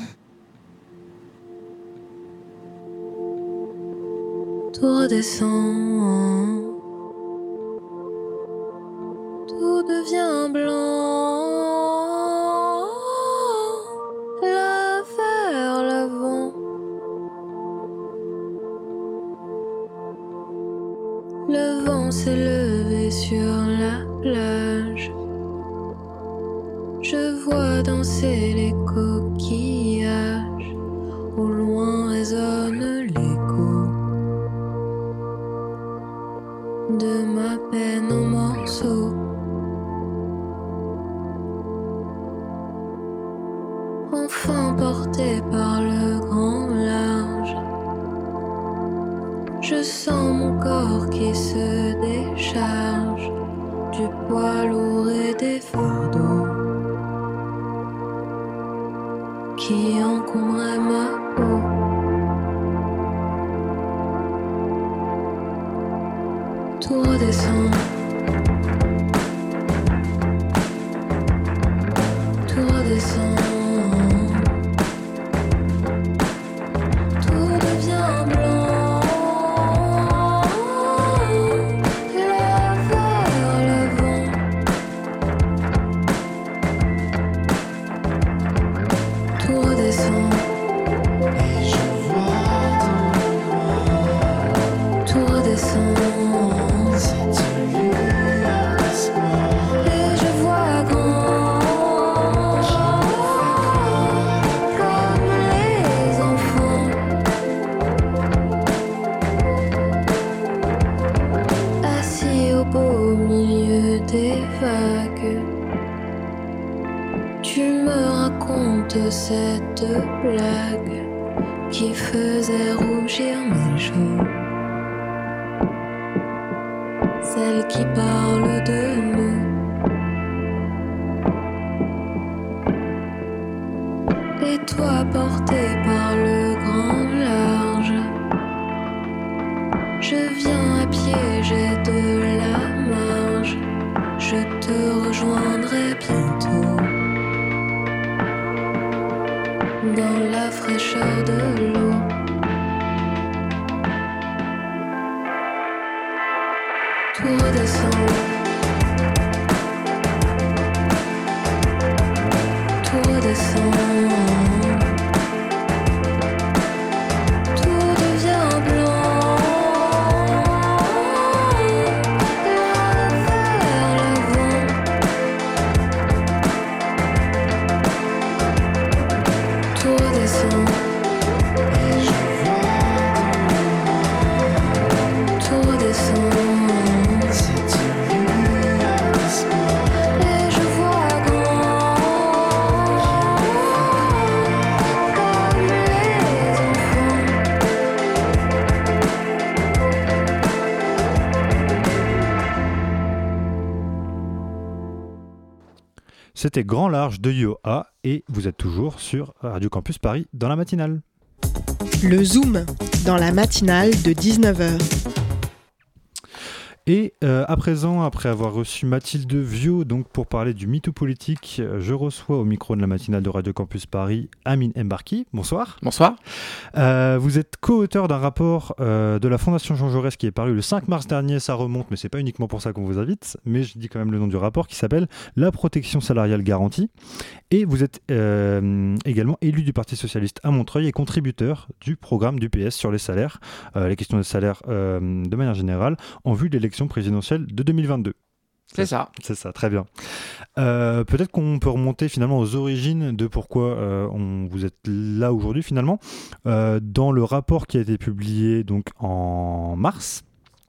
Tout redescend, tout devient blanc, là vers l'avant. Le vent s'est levé sur la plage, je vois danser les coquillages, au loin résonne l'écho de ma peine en morceaux. Enfin porté par le grand large, je sens mon corps qui se décharge du poids lourd et des fardeaux qui encombraient ma peau. Tout redescend, tout redescend, tout devient blanc, là vers l'avant. Tout redescend, et je vois tout redescend. Cette blague qui faisait rougir mes joues, celle qui parle de nous. Et toi porté par le grand large, je viens à pied, j'ai de la marge, je te rejoindrai bientôt dans la fraîcheur de l'eau. Tout redescend, tout redescend, tout devient blanc, là vers l'avant. Tout redescend, et je vois tout redescend. Et je vois grand, comme les enfants. C'était Grand Large de Yoa et vous êtes toujours sur Radio Campus Paris dans la matinale. Le Zoom dans la matinale de dix-neuf heures. Et euh, à présent, après avoir reçu Mathilde Viau donc pour parler du MeToo politique, je reçois au micro de la matinale de Radio Campus Paris Amine Mbarki. Bonsoir. Bonsoir. Euh, vous êtes co-auteur d'un rapport euh, de la Fondation Jean Jaurès qui est paru le cinq mars dernier. Ça remonte, mais c'est pas uniquement pour ça qu'on vous invite. Mais je dis quand même le nom du rapport qui s'appelle La protection salariale garantie. Et vous êtes euh, également élu du Parti socialiste à Montreuil et contributeur du programme du P S sur les salaires, euh, les questions des salaires euh, de manière générale, en vue de l'élection présidentielle de deux mille vingt-deux. C'est ça. C'est ça, très bien. Euh, peut-être qu'on peut remonter finalement aux origines de pourquoi euh, on, vous êtes là aujourd'hui finalement. Euh, dans le rapport qui a été publié donc en mars,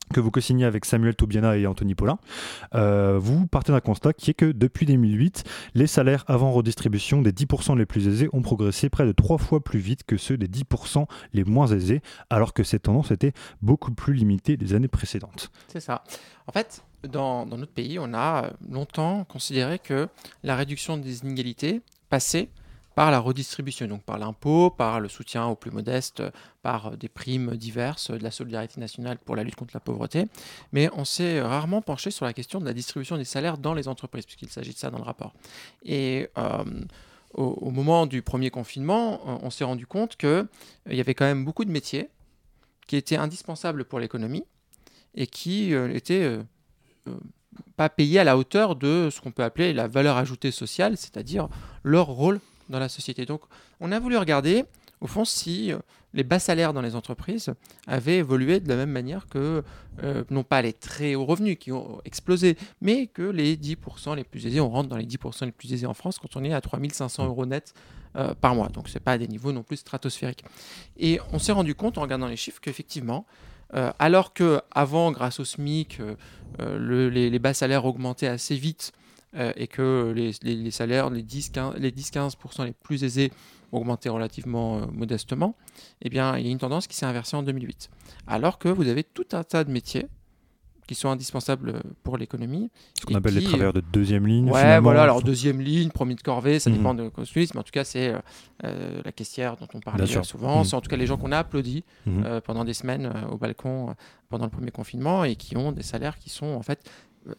que vous co-signez avec Samuel Toubiana et Anthony Paulin, euh, vous partez d'un constat qui est que depuis deux mille huit, les salaires avant redistribution des dix pour cent les plus aisés ont progressé près de trois fois plus vite que ceux des dix pour cent les moins aisés, alors que cette tendance était beaucoup plus limitée les années précédentes. C'est ça. En fait, dans, dans notre pays, on a longtemps considéré que la réduction des inégalités passait par la redistribution, donc par l'impôt, par le soutien aux plus modestes, par des primes diverses, de la solidarité nationale pour la lutte contre la pauvreté. Mais on s'est rarement penché sur la question de la distribution des salaires dans les entreprises, puisqu'il s'agit de ça dans le rapport. Et euh, au, au moment du premier confinement, on s'est rendu compte qu'il euh, y avait quand même beaucoup de métiers qui étaient indispensables pour l'économie et qui euh, étaient euh, euh, pas payés à la hauteur de ce qu'on peut appeler la valeur ajoutée sociale, c'est-à-dire leur rôle dans la société. Donc, on a voulu regarder, au fond, si euh, les bas salaires dans les entreprises avaient évolué de la même manière que, euh, non pas les très hauts revenus qui ont explosé, mais que les dix pour cent les plus aisés, on rentre dans les dix pour cent les plus aisés en France quand on est à trois mille cinq cents euros net euh, par mois. Donc, ce n'est pas à des niveaux non plus stratosphériques. Et on s'est rendu compte, en regardant les chiffres, qu'effectivement, euh, alors qu'avant, grâce au SMIC, euh, euh, le, les, les bas salaires augmentaient assez vite, Euh, et que les, les, les salaires, les dix à quinze pour cent les plus aisés augmentaient relativement euh, modestement, eh bien, il y a une tendance qui s'est inversée en deux mille huit. Alors que vous avez tout un tas de métiers qui sont indispensables pour l'économie. Ce qu'on appelle qui... les travailleurs de deuxième ligne. Ouais, finalement. voilà, alors deuxième ligne, premier de corvée, ça mmh. dépend de quoi mais en tout cas, c'est euh, la caissière dont on parlait souvent. Mmh. C'est en tout cas les gens qu'on a applaudis mmh. euh, pendant des semaines euh, au balcon euh, pendant le premier confinement et qui ont des salaires qui sont en fait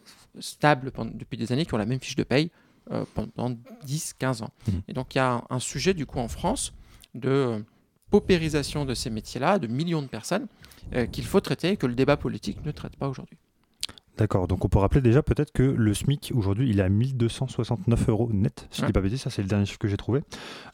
stables pendant, depuis des années, qui ont la même fiche de paye euh, pendant dix à quinze ans. Mmh. Et donc il y a un, un sujet du coup en France de euh, paupérisation de ces métiers-là, de millions de personnes euh, qu'il faut traiter et que le débat politique ne traite pas aujourd'hui. D'accord, donc on peut rappeler déjà peut-être que le SMIC aujourd'hui il est à mille deux cent soixante-neuf euros net, si je ne dis pas bêtise, ça c'est le dernier chiffre que j'ai trouvé.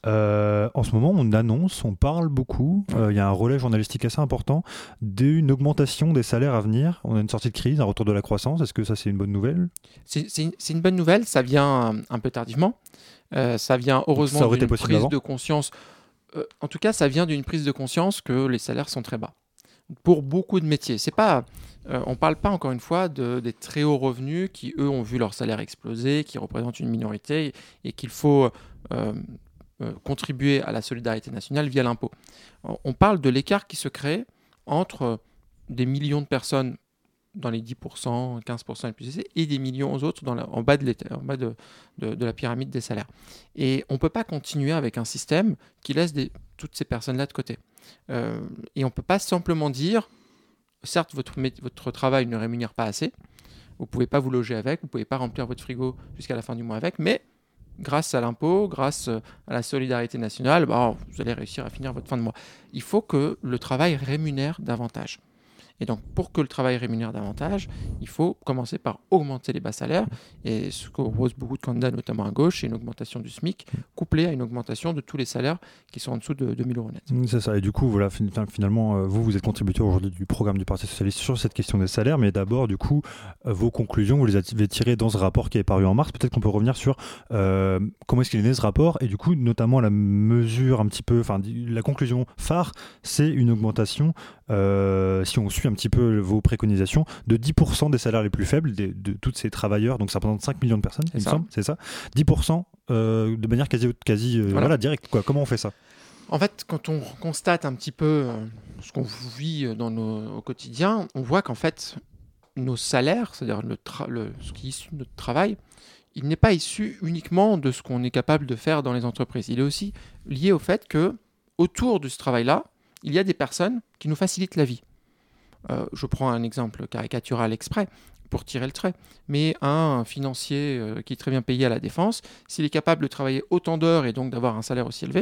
Euh, en ce moment on annonce, on parle beaucoup, il euh, y a un relais journalistique assez important d'une augmentation des salaires à venir. On a une sortie de crise, un retour de la croissance, est-ce que ça c'est une bonne nouvelle ? c'est, c'est, une, c'est une bonne nouvelle, ça vient un, un peu tardivement, euh, ça vient heureusement ça d'une prise avant. de conscience, euh, en tout cas ça vient d'une prise de conscience que les salaires sont très bas. Pour beaucoup de métiers, c'est pas... Euh, on ne parle pas, encore une fois, de, des très hauts revenus qui, eux, ont vu leur salaire exploser, qui représentent une minorité et qu'il faut euh, euh, contribuer à la solidarité nationale via l'impôt. On parle de l'écart qui se crée entre des millions de personnes dans les dix pour cent, quinze pour cent les plus aisés et des millions autres dans la, en bas, de, en bas de, de, de la pyramide des salaires. Et on ne peut pas continuer avec un système qui laisse des, toutes ces personnes-là de côté. Euh, et on ne peut pas simplement dire... Certes, votre, votre travail ne rémunère pas assez, vous ne pouvez pas vous loger avec, vous ne pouvez pas remplir votre frigo jusqu'à la fin du mois avec, mais grâce à l'impôt, grâce à la solidarité nationale, bah, vous allez réussir à finir votre fin de mois. Il faut que le travail rémunère davantage. Et donc, pour que le travail rémunère davantage, il faut commencer par augmenter les bas salaires. Et ce que proposent beaucoup de candidats, notamment à gauche, c'est une augmentation du SMIC couplée à une augmentation de tous les salaires qui sont en dessous de deux mille euros net. C'est ça. Et du coup, voilà, finalement, vous, vous êtes contributeur aujourd'hui du programme du Parti Socialiste sur cette question des salaires. Mais d'abord, du coup, vos conclusions, vous les avez tirées dans ce rapport qui est paru en mars. Peut-être qu'on peut revenir sur euh, comment est-ce qu'il est né ce rapport. Et du coup, notamment la mesure un petit peu, enfin, la conclusion phare, c'est une augmentation, euh, si on suit un petit peu vos préconisations, de dix pour cent des salaires les plus faibles de, de tous ces travailleurs, donc ça représente cinq millions de personnes, il me semble, c'est ça, dix pour cent euh, de manière quasi, quasi euh, voilà. Voilà, directe, quoi. Comment on fait ça ? En fait, quand on constate un petit peu euh, ce qu'on vit dans nos, au quotidien, on voit qu'en fait, nos salaires, c'est-à-dire le tra- le, ce qui est issu de notre travail, il n'est pas issu uniquement de ce qu'on est capable de faire dans les entreprises. Il est aussi lié au fait que autour de ce travail-là, il y a des personnes qui nous facilitent la vie. Euh, je prends un exemple caricatural exprès pour tirer le trait, mais un financier euh, qui est très bien payé à la Défense, s'il est capable de travailler autant d'heures et donc d'avoir un salaire aussi élevé,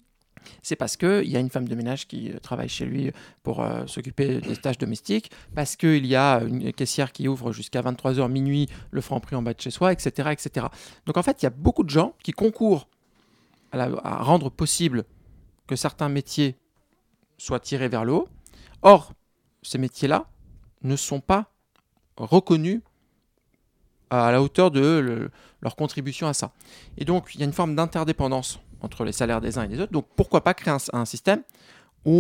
c'est parce qu'il y a une femme de ménage qui euh, travaille chez lui pour euh, s'occuper des tâches domestiques, parce qu'il y a une caissière qui ouvre jusqu'à vingt-trois heures minuit le Franprix en bas de chez soi, et cetera, et cetera. Donc en fait, il y a beaucoup de gens qui concourent à, la, à rendre possible que certains métiers soient tirés vers le haut. Or, ces métiers-là ne sont pas reconnus à la hauteur de le, leur contribution à ça. Et donc, il y a une forme d'interdépendance entre les salaires des uns et des autres. Donc, pourquoi pas créer un, un système où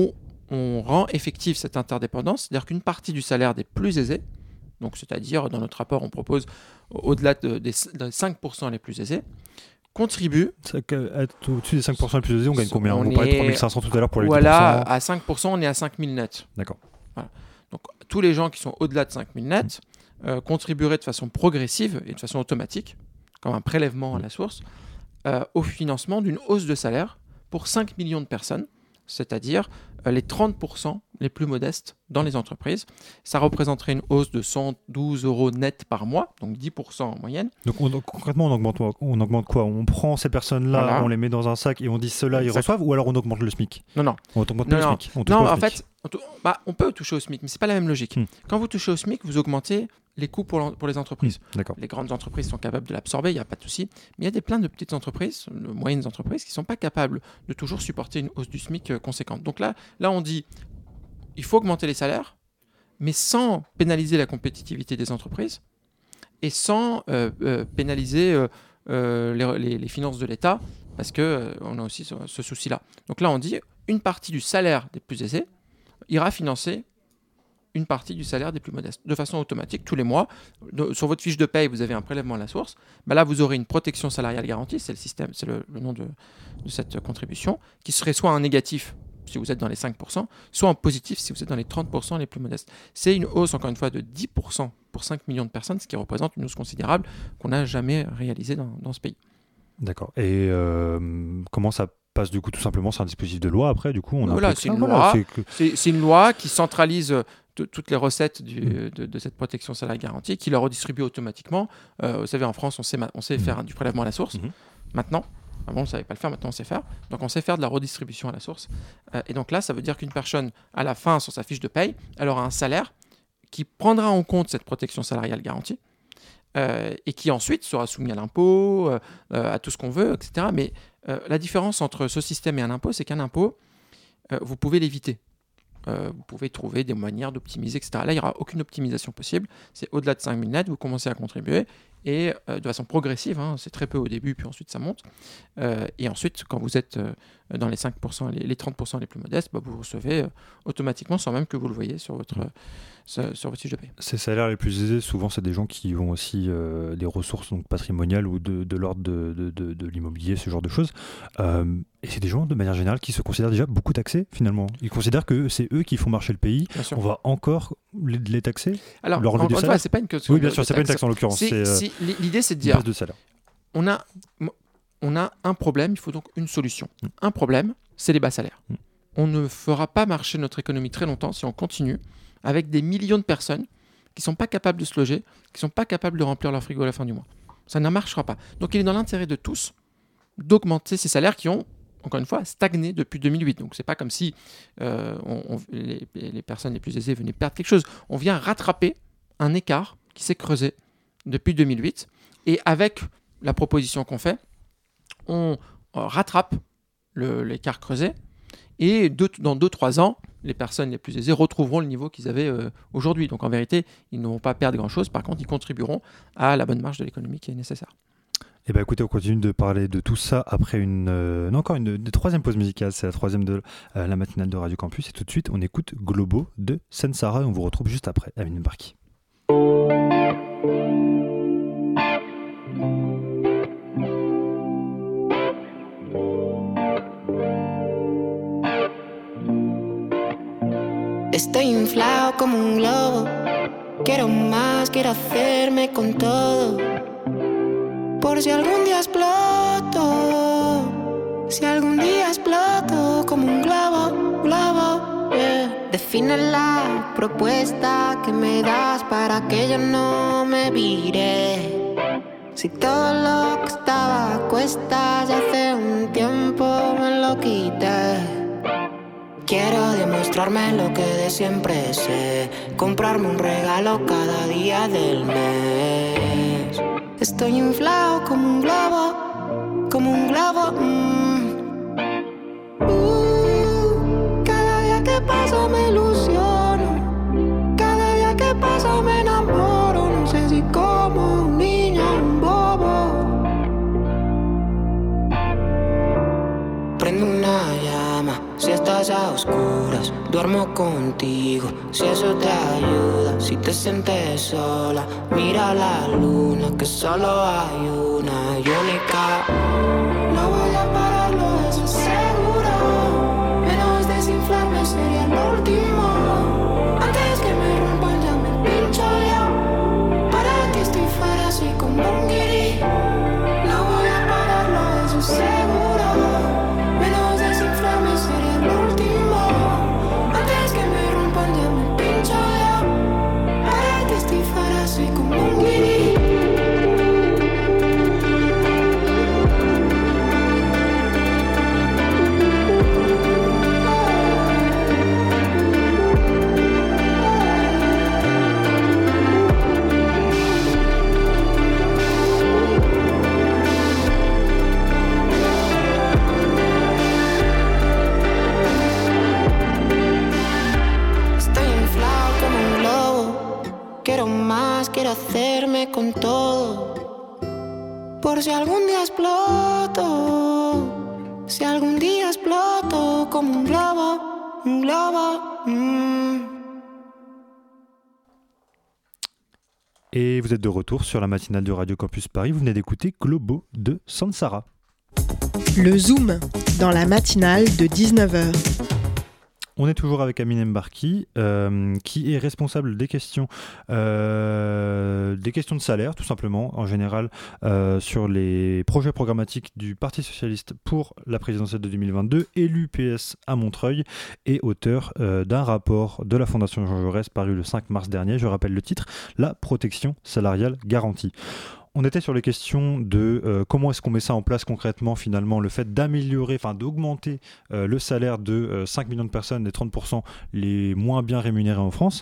on rend effective cette interdépendance, c'est-à-dire qu'une partie du salaire des plus aisés, donc c'est-à-dire dans notre rapport on propose au-delà de, des, des cinq pour cent les plus aisés, contribue... Être au-dessus des cinq pour cent les plus aisés, on gagne combien? On, on parlait de est... trois mille cinq cents tout à l'heure pour les voilà, dix pour cent. À cinq pour cent on est à cinq mille net. D'accord. Voilà. Donc tous les gens qui sont au-delà de cinq mille net mmh. euh, contribueraient de façon progressive et de façon automatique, comme un prélèvement mmh. à la source, euh, au financement d'une hausse de salaire pour cinq millions de personnes, c'est-à-dire euh, les trente pour cent les plus modestes dans les entreprises. Ça représenterait une hausse de cent douze euros net par mois, donc dix pour cent en moyenne. Donc, on, donc concrètement, on augmente, on augmente quoi? On prend ces personnes-là, voilà. on les met dans un sac et on dit ceux-là, ils reçoivent, ou alors on augmente le SMIC? Non, non. On augmente non, le non. SMIC. On non, pas en au SMIC. fait, on, bah, on peut toucher au SMIC, mais c'est pas la même logique. Hmm. Quand vous touchez au SMIC, vous augmentez les coûts pour, pour les entreprises. Mmh, les grandes entreprises sont capables de l'absorber, il n'y a pas de souci. Mais il y a des, plein de petites entreprises, de moyennes entreprises, qui ne sont pas capables de toujours supporter une hausse du SMIC euh, conséquente. Donc là, là, on dit il faut augmenter les salaires, mais sans pénaliser la compétitivité des entreprises et sans euh, euh, pénaliser euh, euh, les, les, les finances de l'État, parce qu'on euh, a aussi ce, ce souci-là. Donc là, on dit une partie du salaire des plus aisés ira financer une partie du salaire des plus modestes, de façon automatique, tous les mois. De, sur votre fiche de paye, vous avez un prélèvement à la source. Ben là, vous aurez une protection salariale garantie, c'est le système, c'est le, le nom de, de cette contribution, qui serait soit un négatif si vous êtes dans les cinq pour cent, soit en positif si vous êtes dans les trente pour cent les plus modestes. C'est une hausse, encore une fois, de dix pour cent pour cinq millions de personnes, ce qui représente une hausse considérable qu'on n'a jamais réalisée dans, dans ce pays. D'accord. Et euh, comment ça passe du coup? Tout simplement, c'est un dispositif de loi après, du coup on a voilà, un c'est, une voilà, loi, c'est, que... c'est, c'est une loi qui centralise t- toutes les recettes du, mmh. de, de cette protection salariale garantie, qui la redistribue automatiquement. Euh, vous savez, en France, on sait, on sait mmh. faire du prélèvement à la source. Mmh. Maintenant, avant on ne savait pas le faire, maintenant on sait faire. Donc on sait faire de la redistribution à la source. Euh, et donc là, ça veut dire qu'une personne, à la fin, sur sa fiche de paye, elle aura un salaire qui prendra en compte cette protection salariale garantie. Euh, et qui ensuite sera soumis à l'impôt, euh, euh, à tout ce qu'on veut, et cetera. Mais euh, la différence entre ce système et un impôt, c'est qu'un impôt, euh, vous pouvez l'éviter. Euh, vous pouvez trouver des manières d'optimiser, et cetera. Là, il n'y aura aucune optimisation possible. C'est au-delà de cinq mille net, vous commencez à contribuer, et euh, de façon progressive, hein, c'est très peu au début, puis ensuite ça monte. Euh, et ensuite, quand vous êtes euh, dans les cinq pour cent, les, les trente pour cent les plus modestes, bah, vous recevez euh, automatiquement, sans même que vous le voyez sur votre, mmh. sur, sur votre fiche de paie. Ces salaires les plus aisés, souvent, c'est des gens qui ont aussi euh, des ressources donc, patrimoniales ou de, de l'ordre de, de, de, de l'immobilier, ce genre de choses. Euh, et c'est des gens, de manière générale, qui se considèrent déjà beaucoup taxés, finalement. Ils considèrent que c'est eux qui font marcher le pays. On va encore les, les taxer. Alors, encore une fois, c'est pas une question. Oui, bien sûr, c'est pas une taxe en l'occurrence. C'est, c'est, c'est, euh, l'idée, c'est de dire de salaire. On a, on a un problème, il faut donc une solution. Mmh. Un problème, c'est les bas salaires. Mmh. On ne fera pas marcher notre économie très longtemps si on continue avec des millions de personnes qui ne sont pas capables de se loger, qui ne sont pas capables de remplir leur frigo à la fin du mois. Ça ne marchera pas. Donc il est dans l'intérêt de tous d'augmenter ces salaires qui ont, encore une fois, stagné depuis deux mille huit. Donc c'est pas comme si euh, on, on, les, les personnes les plus aisées venaient perdre quelque chose. On vient rattraper un écart qui s'est creusé depuis deux mille huit. Et avec la proposition qu'on fait, on rattrape le, l'écart creusé. Et deux, dans deux à trois ans, les personnes les plus aisées retrouveront le niveau qu'ils avaient euh, aujourd'hui. Donc en vérité, ils ne vont pas perdre grand-chose. Par contre, ils contribueront à la bonne marche de l'économie qui est nécessaire. Eh bien, écoutez, on continue de parler de tout ça après une, euh, non, encore une, une troisième pause musicale. C'est la troisième de euh, la matinale de Radio Campus. Et tout de suite, on écoute Globo de Sensara. Et on vous retrouve juste après, Amine Barki. Estoy inflado como un globo. Quiero más, quiero hacerme con todo. Por si algún día exploto. Si algún día exploto como un globo, globo, yeah. Define la propuesta que me das para que yo no me vire. Si todo lo que estaba a cuestas ya hace un tiempo me lo quité. Quiero demostrarme lo que de siempre sé. Comprarme un regalo cada día del mes. Estoy inflado como un globo, como un globo. Mm. Uh, cada día que paso me ilusiono. Cada día que paso me enamoro. No sé si como un niño o un bobo. Prendo una llama, si está estás a oscuras, duermo contigo, si eso te ayuda. Si te sientes sola, mira la luna, que solo hay una y única. No voy a pararlo, eso es seguro. Menos desinflarme sería lo último. Antes que me rompan ya me pincho yo. Para que estoy fuera así como un guiri. No voy a pararlo, eso es seguro. Menos desinflarme sería lo último. Antes que me rompan ya me pincho yo. Para que estoy fuera así como un guiri. Quiero más, quiero hacerme con todo. Por si algún día exploto, si algún día exploto como un globo, un globo. Mm. Et vous êtes de retour sur la matinale de Radio Campus Paris. Vous venez d'écouter Globo de Sansara. Le Zoom, dans la matinale de dix-neuf heures. On est toujours avec Amine Mbarki, euh, qui est responsable des questions, euh, des questions de salaire, tout simplement, en général, euh, sur les projets programmatiques du Parti Socialiste pour la présidentielle de deux mille vingt-deux, élu P S à Montreuil et auteur euh, d'un rapport de la Fondation Jean Jaurès paru le cinq mars dernier. Je rappelle le titre, La protection salariale garantie. On était sur les questions de euh, comment est-ce qu'on met ça en place concrètement, finalement, le fait d'améliorer, enfin d'augmenter euh, le salaire de euh, cinq millions de personnes, des trente pour cent les moins bien rémunérés en France.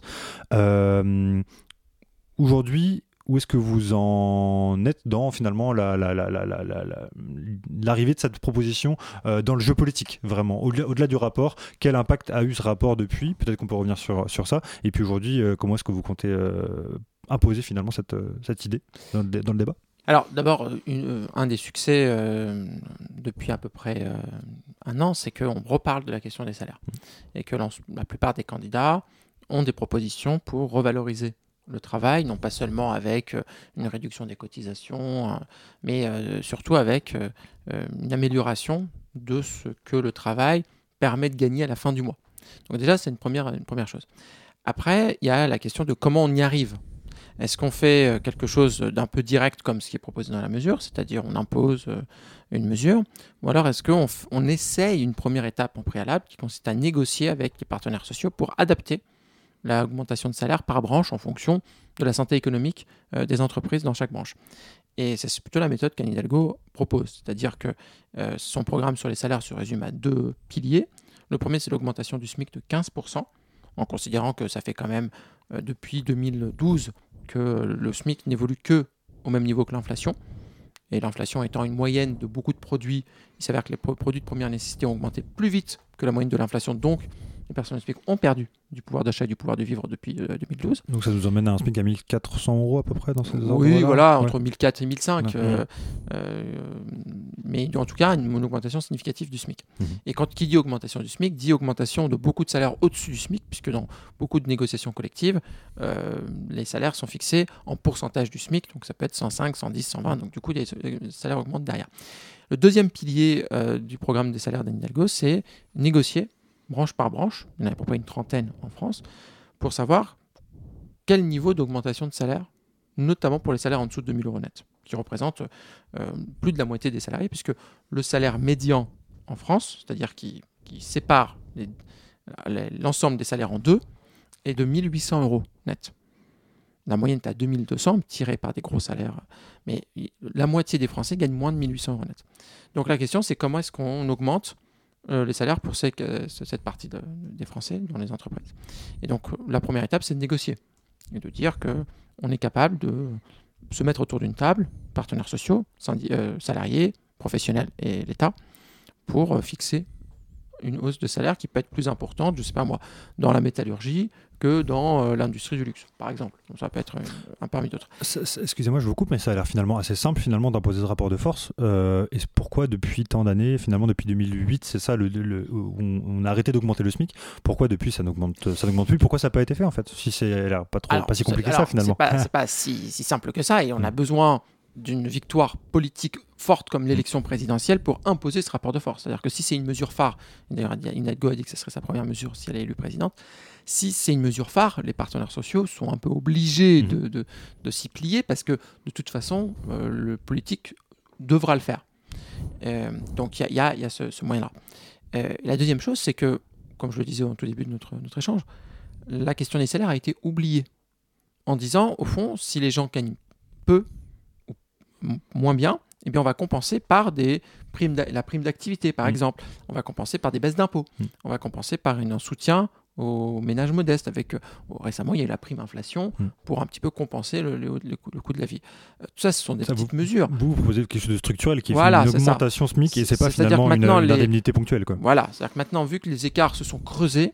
Euh, aujourd'hui, où est-ce que vous en êtes dans finalement la, la, la, la, la, la, la, l'arrivée de cette proposition euh, dans le jeu politique, vraiment, au-delà, au-delà du rapport? Quel impact a eu ce rapport depuis? Peut-être qu'on peut revenir sur, sur ça. Et puis aujourd'hui, euh, comment est-ce que vous comptez euh, imposer finalement cette, cette idée dans le, dans le débat? Alors d'abord, une, un des succès euh, depuis à peu près euh, un an, c'est qu'on reparle de la question des salaires. Et que la plupart des candidats ont des propositions pour revaloriser le travail, non pas seulement avec une réduction des cotisations, mais euh, surtout avec euh, une amélioration de ce que le travail permet de gagner à la fin du mois. Donc déjà, c'est une première, une première chose. Après, il y a la question de comment on y arrive. Est-ce qu'on fait quelque chose d'un peu direct comme ce qui est proposé dans la mesure, c'est-à-dire on impose une mesure, ou alors est-ce qu'on f- on essaye une première étape en préalable qui consiste à négocier avec les partenaires sociaux pour adapter l'augmentation de salaire par branche en fonction de la santé économique euh, des entreprises dans chaque branche. Et c'est plutôt la méthode qu'Anne Hidalgo propose, c'est-à-dire que euh, son programme sur les salaires se résume à deux piliers. Le premier, c'est l'augmentation du SMIC de quinze pour cent, en considérant que ça fait quand même euh, depuis deux mille douze que le SMIC n'évolue que au même niveau que l'inflation. Et l'inflation étant une moyenne de beaucoup de produits, il s'avère que les pro- produits de première nécessité ont augmenté plus vite que la moyenne de l'inflation, donc les personnes au SMIC ont perdu du pouvoir d'achat et du pouvoir de vivre depuis euh, deux mille douze. Donc ça nous emmène à un SMIC à mille quatre cents euros à peu près dans ces endroits-là. Oui, voilà, ouais. entre mille quatre cents et mille cinq. Ouais. Euh, euh, mais en tout cas, une, une augmentation significative du SMIC. Mmh. Et quand qui dit augmentation du SMIC, dit augmentation de beaucoup de salaires au-dessus du SMIC, puisque dans beaucoup de négociations collectives, euh, les salaires sont fixés en pourcentage du SMIC, donc ça peut être cent cinq, cent dix, cent vingt, donc du coup, les, les salaires augmentent derrière. Le deuxième pilier euh, du programme des salaires d'Anne Hidalgo, c'est négocier branche par branche, il y en a à peu près une trentaine en France, pour savoir quel niveau d'augmentation de salaire, notamment pour les salaires en dessous de deux mille euros net, qui représentent euh, plus de la moitié des salariés, puisque le salaire médian en France, c'est-à-dire qui, qui sépare les, les, l'ensemble des salaires en deux, est de mille huit cents euros net. La moyenne est à deux mille deux cents, tirée par des gros salaires, mais la moitié des Français gagnent moins de mille huit cents euros net. Donc la question, c'est comment est-ce qu'on augmente Euh, les salaires pour ces, euh, cette partie de, des Français dans les entreprises. Et donc la première étape, c'est de négocier et de dire qu'on est capable de se mettre autour d'une table, partenaires sociaux, syndi- euh, salariés, professionnels et l'État, pour euh, fixer une hausse de salaire qui peut être plus importante, je sais pas moi, dans la métallurgie que dans euh, l'industrie du luxe, par exemple. Donc ça peut être un, un parmi d'autres. C'est, c'est, excusez-moi, je vous coupe, mais ça a l'air finalement assez simple finalement d'imposer ce rapport de force. Euh, et pourquoi depuis tant d'années, finalement depuis deux mille huit, c'est ça, le, le, on, on a arrêté d'augmenter le SMIC. Pourquoi depuis ça n'augmente, ça n'augmente plus? Pourquoi ça n'a pas été fait en fait? Si c'est alors, pas trop, alors, pas si compliqué alors, ça finalement. C'est pas, c'est pas si, si simple que ça, et on a besoin d'une victoire politique forte comme l'élection présidentielle pour imposer ce rapport de force. C'est-à-dire que si c'est une mesure phare, d'ailleurs Inette Go a dit que ce serait sa première mesure si elle est élue présidente, si c'est une mesure phare, les partenaires sociaux sont un peu obligés mmh. de, de, de s'y plier parce que de toute façon, euh, le politique devra le faire. Euh, donc il y, y a, y a ce, ce moyen-là. Euh, la deuxième chose, c'est que, comme je le disais au tout début de notre, notre échange, la question des salaires a été oubliée en disant, au fond, si les gens gagnent peu, moins bien, eh bien on va compenser par des primes la prime d'activité, par mmh. exemple. On va compenser par des baisses d'impôts. Mmh. On va compenser par une, un soutien aux ménages modestes. Avec, euh, récemment, il y a eu la prime inflation mmh. pour un petit peu compenser le, le, le, coût, le coût de la vie. Euh, tout ça, ce sont des ça petites vous, mesures. Vous, vous proposez quelque chose de structurel qui est voilà, une augmentation ça. SMIC et c'est, c'est pas finalement une, une indemnité ponctuelle. Quoi. Voilà, c'est-à-dire que maintenant, vu que les écarts se sont creusés,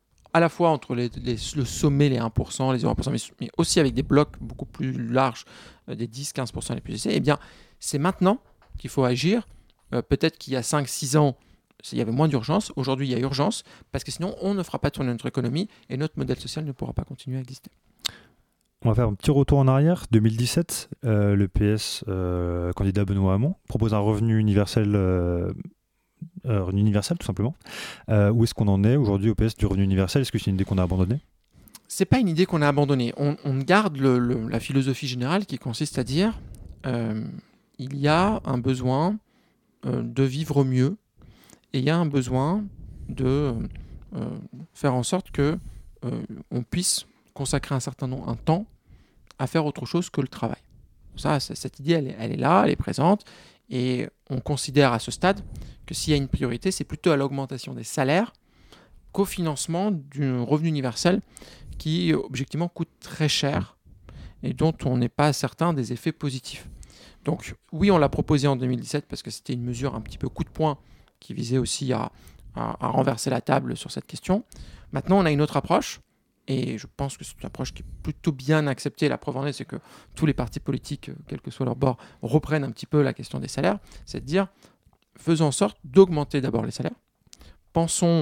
à la fois entre les, les, le sommet, les un pour cent, les zéro pour cent, mais, mais aussi avec des blocs beaucoup plus larges, euh, des dix à quinze pour cent les plus aisés, eh bien, c'est maintenant qu'il faut agir. Euh, peut-être qu'il y a cinq six ans, il y avait moins d'urgence. Aujourd'hui, il y a urgence, parce que sinon, on ne fera pas tourner notre économie et notre modèle social ne pourra pas continuer à exister. On va faire un petit retour en arrière. deux mille dix-sept, euh, le P S, euh, candidat Benoît Hamon, propose un revenu universel... Euh, Euh, revenu universel tout simplement. Euh, où est-ce qu'on en est aujourd'hui au P S du revenu universel? Est-ce que c'est une idée qu'on a abandonnée? C'est pas une idée qu'on a abandonnée. On, on garde le, le, la philosophie générale qui consiste à dire euh, il y a un besoin euh, de vivre mieux et il y a un besoin de euh, faire en sorte que euh, on puisse consacrer un certain nombre, un temps à faire autre chose que le travail. Ça, cette idée, elle est, elle est là, elle est présente. Et on considère à ce stade que s'il y a une priorité, c'est plutôt à l'augmentation des salaires qu'au financement du revenu universel qui, objectivement, coûte très cher et dont on n'est pas certain des effets positifs. Donc oui, on l'a proposé en deux mille dix-sept parce que c'était une mesure un petit peu coup de poing qui visait aussi à, à, à renverser la table sur cette question. Maintenant, on a une autre approche. Et je pense que c'est une approche qui est plutôt bien acceptée. La preuve en est, c'est que tous les partis politiques, quel que soit leur bord, reprennent un petit peu la question des salaires. C'est de dire, faisons en sorte d'augmenter d'abord les salaires. Pensons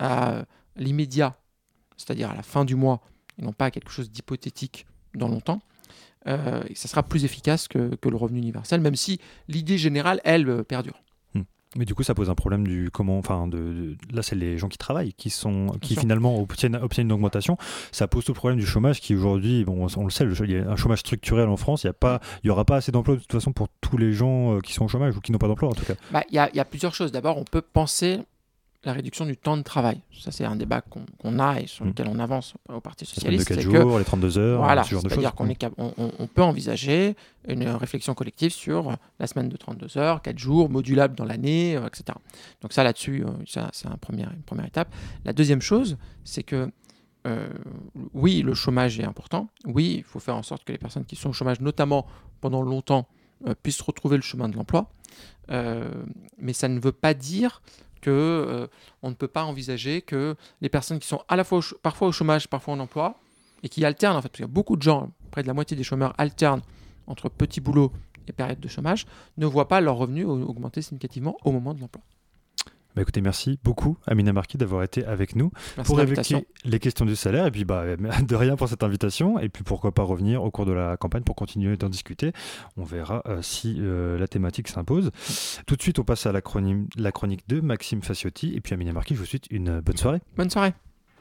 à l'immédiat, c'est-à-dire à la fin du mois, et non pas à quelque chose d'hypothétique dans longtemps. Euh, et ça sera plus efficace que, que le revenu universel, même si l'idée générale, elle, perdure. Mais du coup, ça pose un problème du comment. Enfin, de, de là, c'est les gens qui travaillent, qui sont, qui finalement obtiennent, obtiennent une augmentation. Ça pose tout le problème du chômage, qui aujourd'hui, bon, on le sait, le, il y a un chômage structurel en France. Il y a pas, il y aura pas assez d'emplois de toute façon pour tous les gens euh, qui sont au chômage ou qui n'ont pas d'emploi en tout cas. Bah, il y a, il y a plusieurs choses. D'abord, on peut penser la réduction du temps de travail. Ça, c'est un débat qu'on, qu'on a et sur lequel on avance au Parti socialiste. Les quatre jours, que, les trente-deux heures, voilà, ce genre de choses. C'est-à-dire qu'on est, on, on peut envisager une réflexion collective sur la semaine de trente-deux heures, quatre jours, modulable dans l'année, euh, et cetera. Donc ça, là-dessus, euh, ça, c'est un premier, une première étape. La deuxième chose, c'est que euh, oui, le chômage est important. Oui, il faut faire en sorte que les personnes qui sont au chômage, notamment pendant longtemps, euh, puissent retrouver le chemin de l'emploi. Euh, mais ça ne veut pas dire qu'on euh, ne peut pas envisager que les personnes qui sont à la fois au ch- parfois au chômage, parfois en emploi, et qui alternent, en fait, parce qu'il y a beaucoup de gens, près de la moitié des chômeurs alternent entre petits boulots et périodes de chômage, ne voient pas leurs revenus augmenter significativement au moment de l'emploi. Bah écoutez, merci beaucoup Amina Marqui d'avoir été avec nous merci pour évoquer les questions du salaire et puis bah, de rien pour cette invitation et puis pourquoi pas revenir au cours de la campagne pour continuer d'en discuter. On verra euh, si euh, la thématique s'impose. Tout de suite, on passe à la, chroni- la chronique de Maxime Faciotti et puis Amina Marqui, je vous souhaite une bonne soirée. Bonne soirée.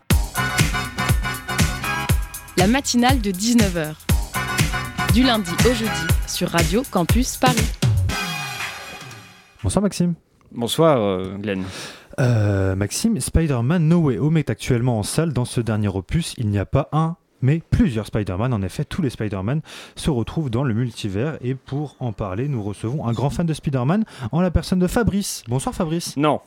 La matinale de dix-neuf heures. Du lundi au jeudi sur Radio Campus Paris. Bonsoir Maxime. Bonsoir euh, Glenn. Euh, Maxime, Spider-Man No Way Home est actuellement en salle. Dans ce dernier opus, il n'y a pas un, mais plusieurs Spider-Man. En effet, tous les Spider-Man se retrouvent dans le multivers. Et pour en parler, nous recevons un grand fan de Spider-Man en la personne de Fabrice. Bonsoir Fabrice. Non.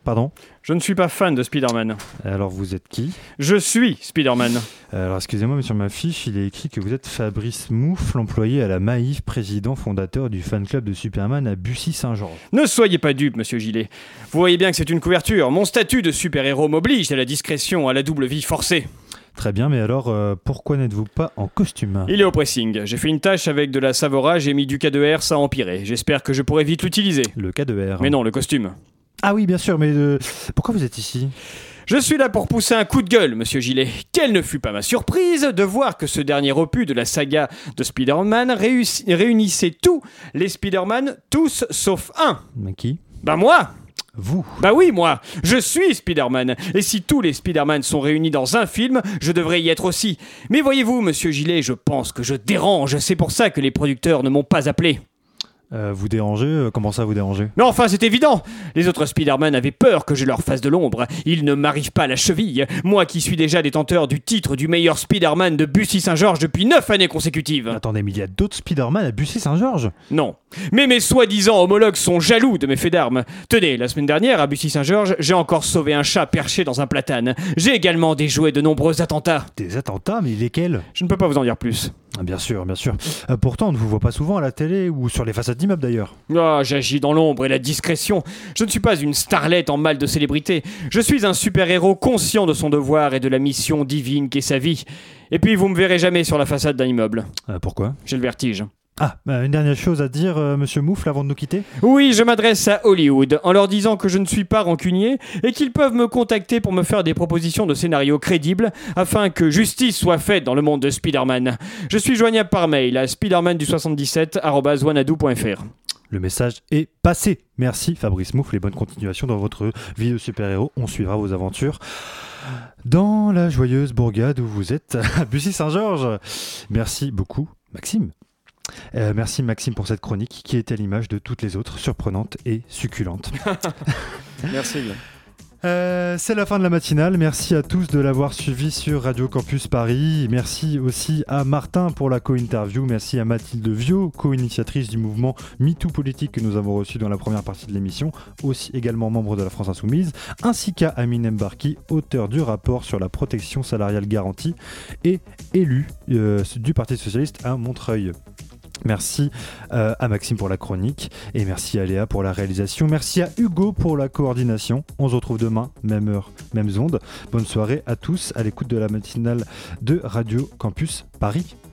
Pardon ? Je ne suis pas fan de Spider-Man. Alors vous êtes qui ? Je suis Spider-Man. Alors excusez-moi, mais sur ma fiche, il est écrit que vous êtes Fabrice Moufle, employé à la Maïf, président fondateur du fan club de Superman à Bussy-Saint-Georges. Ne soyez pas dupe, monsieur Gillet. Vous voyez bien que c'est une couverture. Mon statut de super-héros m'oblige à la discrétion, à la double vie forcée. Très bien, mais alors euh, pourquoi n'êtes-vous pas en costume ? Il est au pressing. J'ai fait une tâche avec de la Savora, j'ai mis du K deux R, ça a empiré. J'espère que je pourrai vite l'utiliser. Le K deux R. Mais non, le costume. Ah oui, bien sûr, mais euh, pourquoi vous êtes ici ? Je suis là pour pousser un coup de gueule, monsieur Gillet. Quelle ne fut pas ma surprise de voir que ce dernier opus de la saga de Spider-Man réussi- réunissait tous les Spider-Man, tous sauf un. Mais qui ? Bah moi ! Vous ? Bah oui, moi, je suis Spider-Man. Et si tous les Spider-Man sont réunis dans un film, je devrais y être aussi. Mais voyez-vous, monsieur Gillet, je pense que je dérange. C'est pour ça que les producteurs ne m'ont pas appelé. Euh, vous dérangez ? Comment ça vous dérangez ? Mais enfin, c'est évident. Les autres Spider-Man avaient peur que je leur fasse de l'ombre. Ils ne m'arrivent pas à la cheville. Moi qui suis déjà détenteur du titre du meilleur Spider-Man de Bussy-Saint-Georges depuis neuf années consécutives. Attendez, mais il y a d'autres Spider-Man à Bussy-Saint-Georges ? Non. Mais mes soi-disant homologues sont jaloux de mes faits d'armes. Tenez, la semaine dernière, à Bussy-Saint-Georges, j'ai encore sauvé un chat perché dans un platane. J'ai également déjoué de nombreux attentats. Des attentats ? Mais lesquels ? Je ne peux pas vous en dire plus. Ah, bien sûr, bien sûr. Euh, pourtant, on ne vous voit pas souvent à la télé ou sur les façades d'immeubles d'ailleurs. Ah, j'agis dans l'ombre et la discrétion. Je ne suis pas une starlette en mal de célébrité. Je suis un super-héros conscient de son devoir et de la mission divine qu'est sa vie. Et puis, vous me verrez jamais sur la façade d'un immeuble. Euh, pourquoi ? J'ai le vertige. Ah, bah, une dernière chose à dire, euh, monsieur Moufle, avant de nous quitter ? Oui, je m'adresse à Hollywood en leur disant que je ne suis pas rancunier et qu'ils peuvent me contacter pour me faire des propositions de scénarios crédibles afin que justice soit faite dans le monde de Spider-Man. Je suis joignable par mail à spiderman du soixante-dix-sept arobase wanadoo point f r. Le message est passé. Merci Fabrice Moufle et bonne continuation dans votre vie de super-héros. On suivra vos aventures dans la joyeuse bourgade où vous êtes à Bussy-Saint-Georges. Merci beaucoup, Maxime. Euh, merci Maxime pour cette chronique qui était à l'image de toutes les autres, surprenante et succulente. Merci. Euh, c'est la fin de la matinale. Merci à tous de l'avoir suivi sur Radio Campus Paris. Merci aussi à Martin pour la co-interview. Merci à Mathilde Viau, co-initiatrice du mouvement MeToo Politique que nous avons reçu dans la première partie de l'émission, aussi également membre de la France Insoumise, ainsi qu'à Amine Mbarki, auteur du rapport sur la protection salariale garantie et élu euh, du Parti Socialiste à Montreuil. Merci euh, à Maxime pour la chronique et merci à Léa pour la réalisation. Merci à Hugo pour la coordination. On se retrouve demain, même heure, mêmes ondes. Bonne soirée à tous à l'écoute de la matinale de Radio Campus Paris.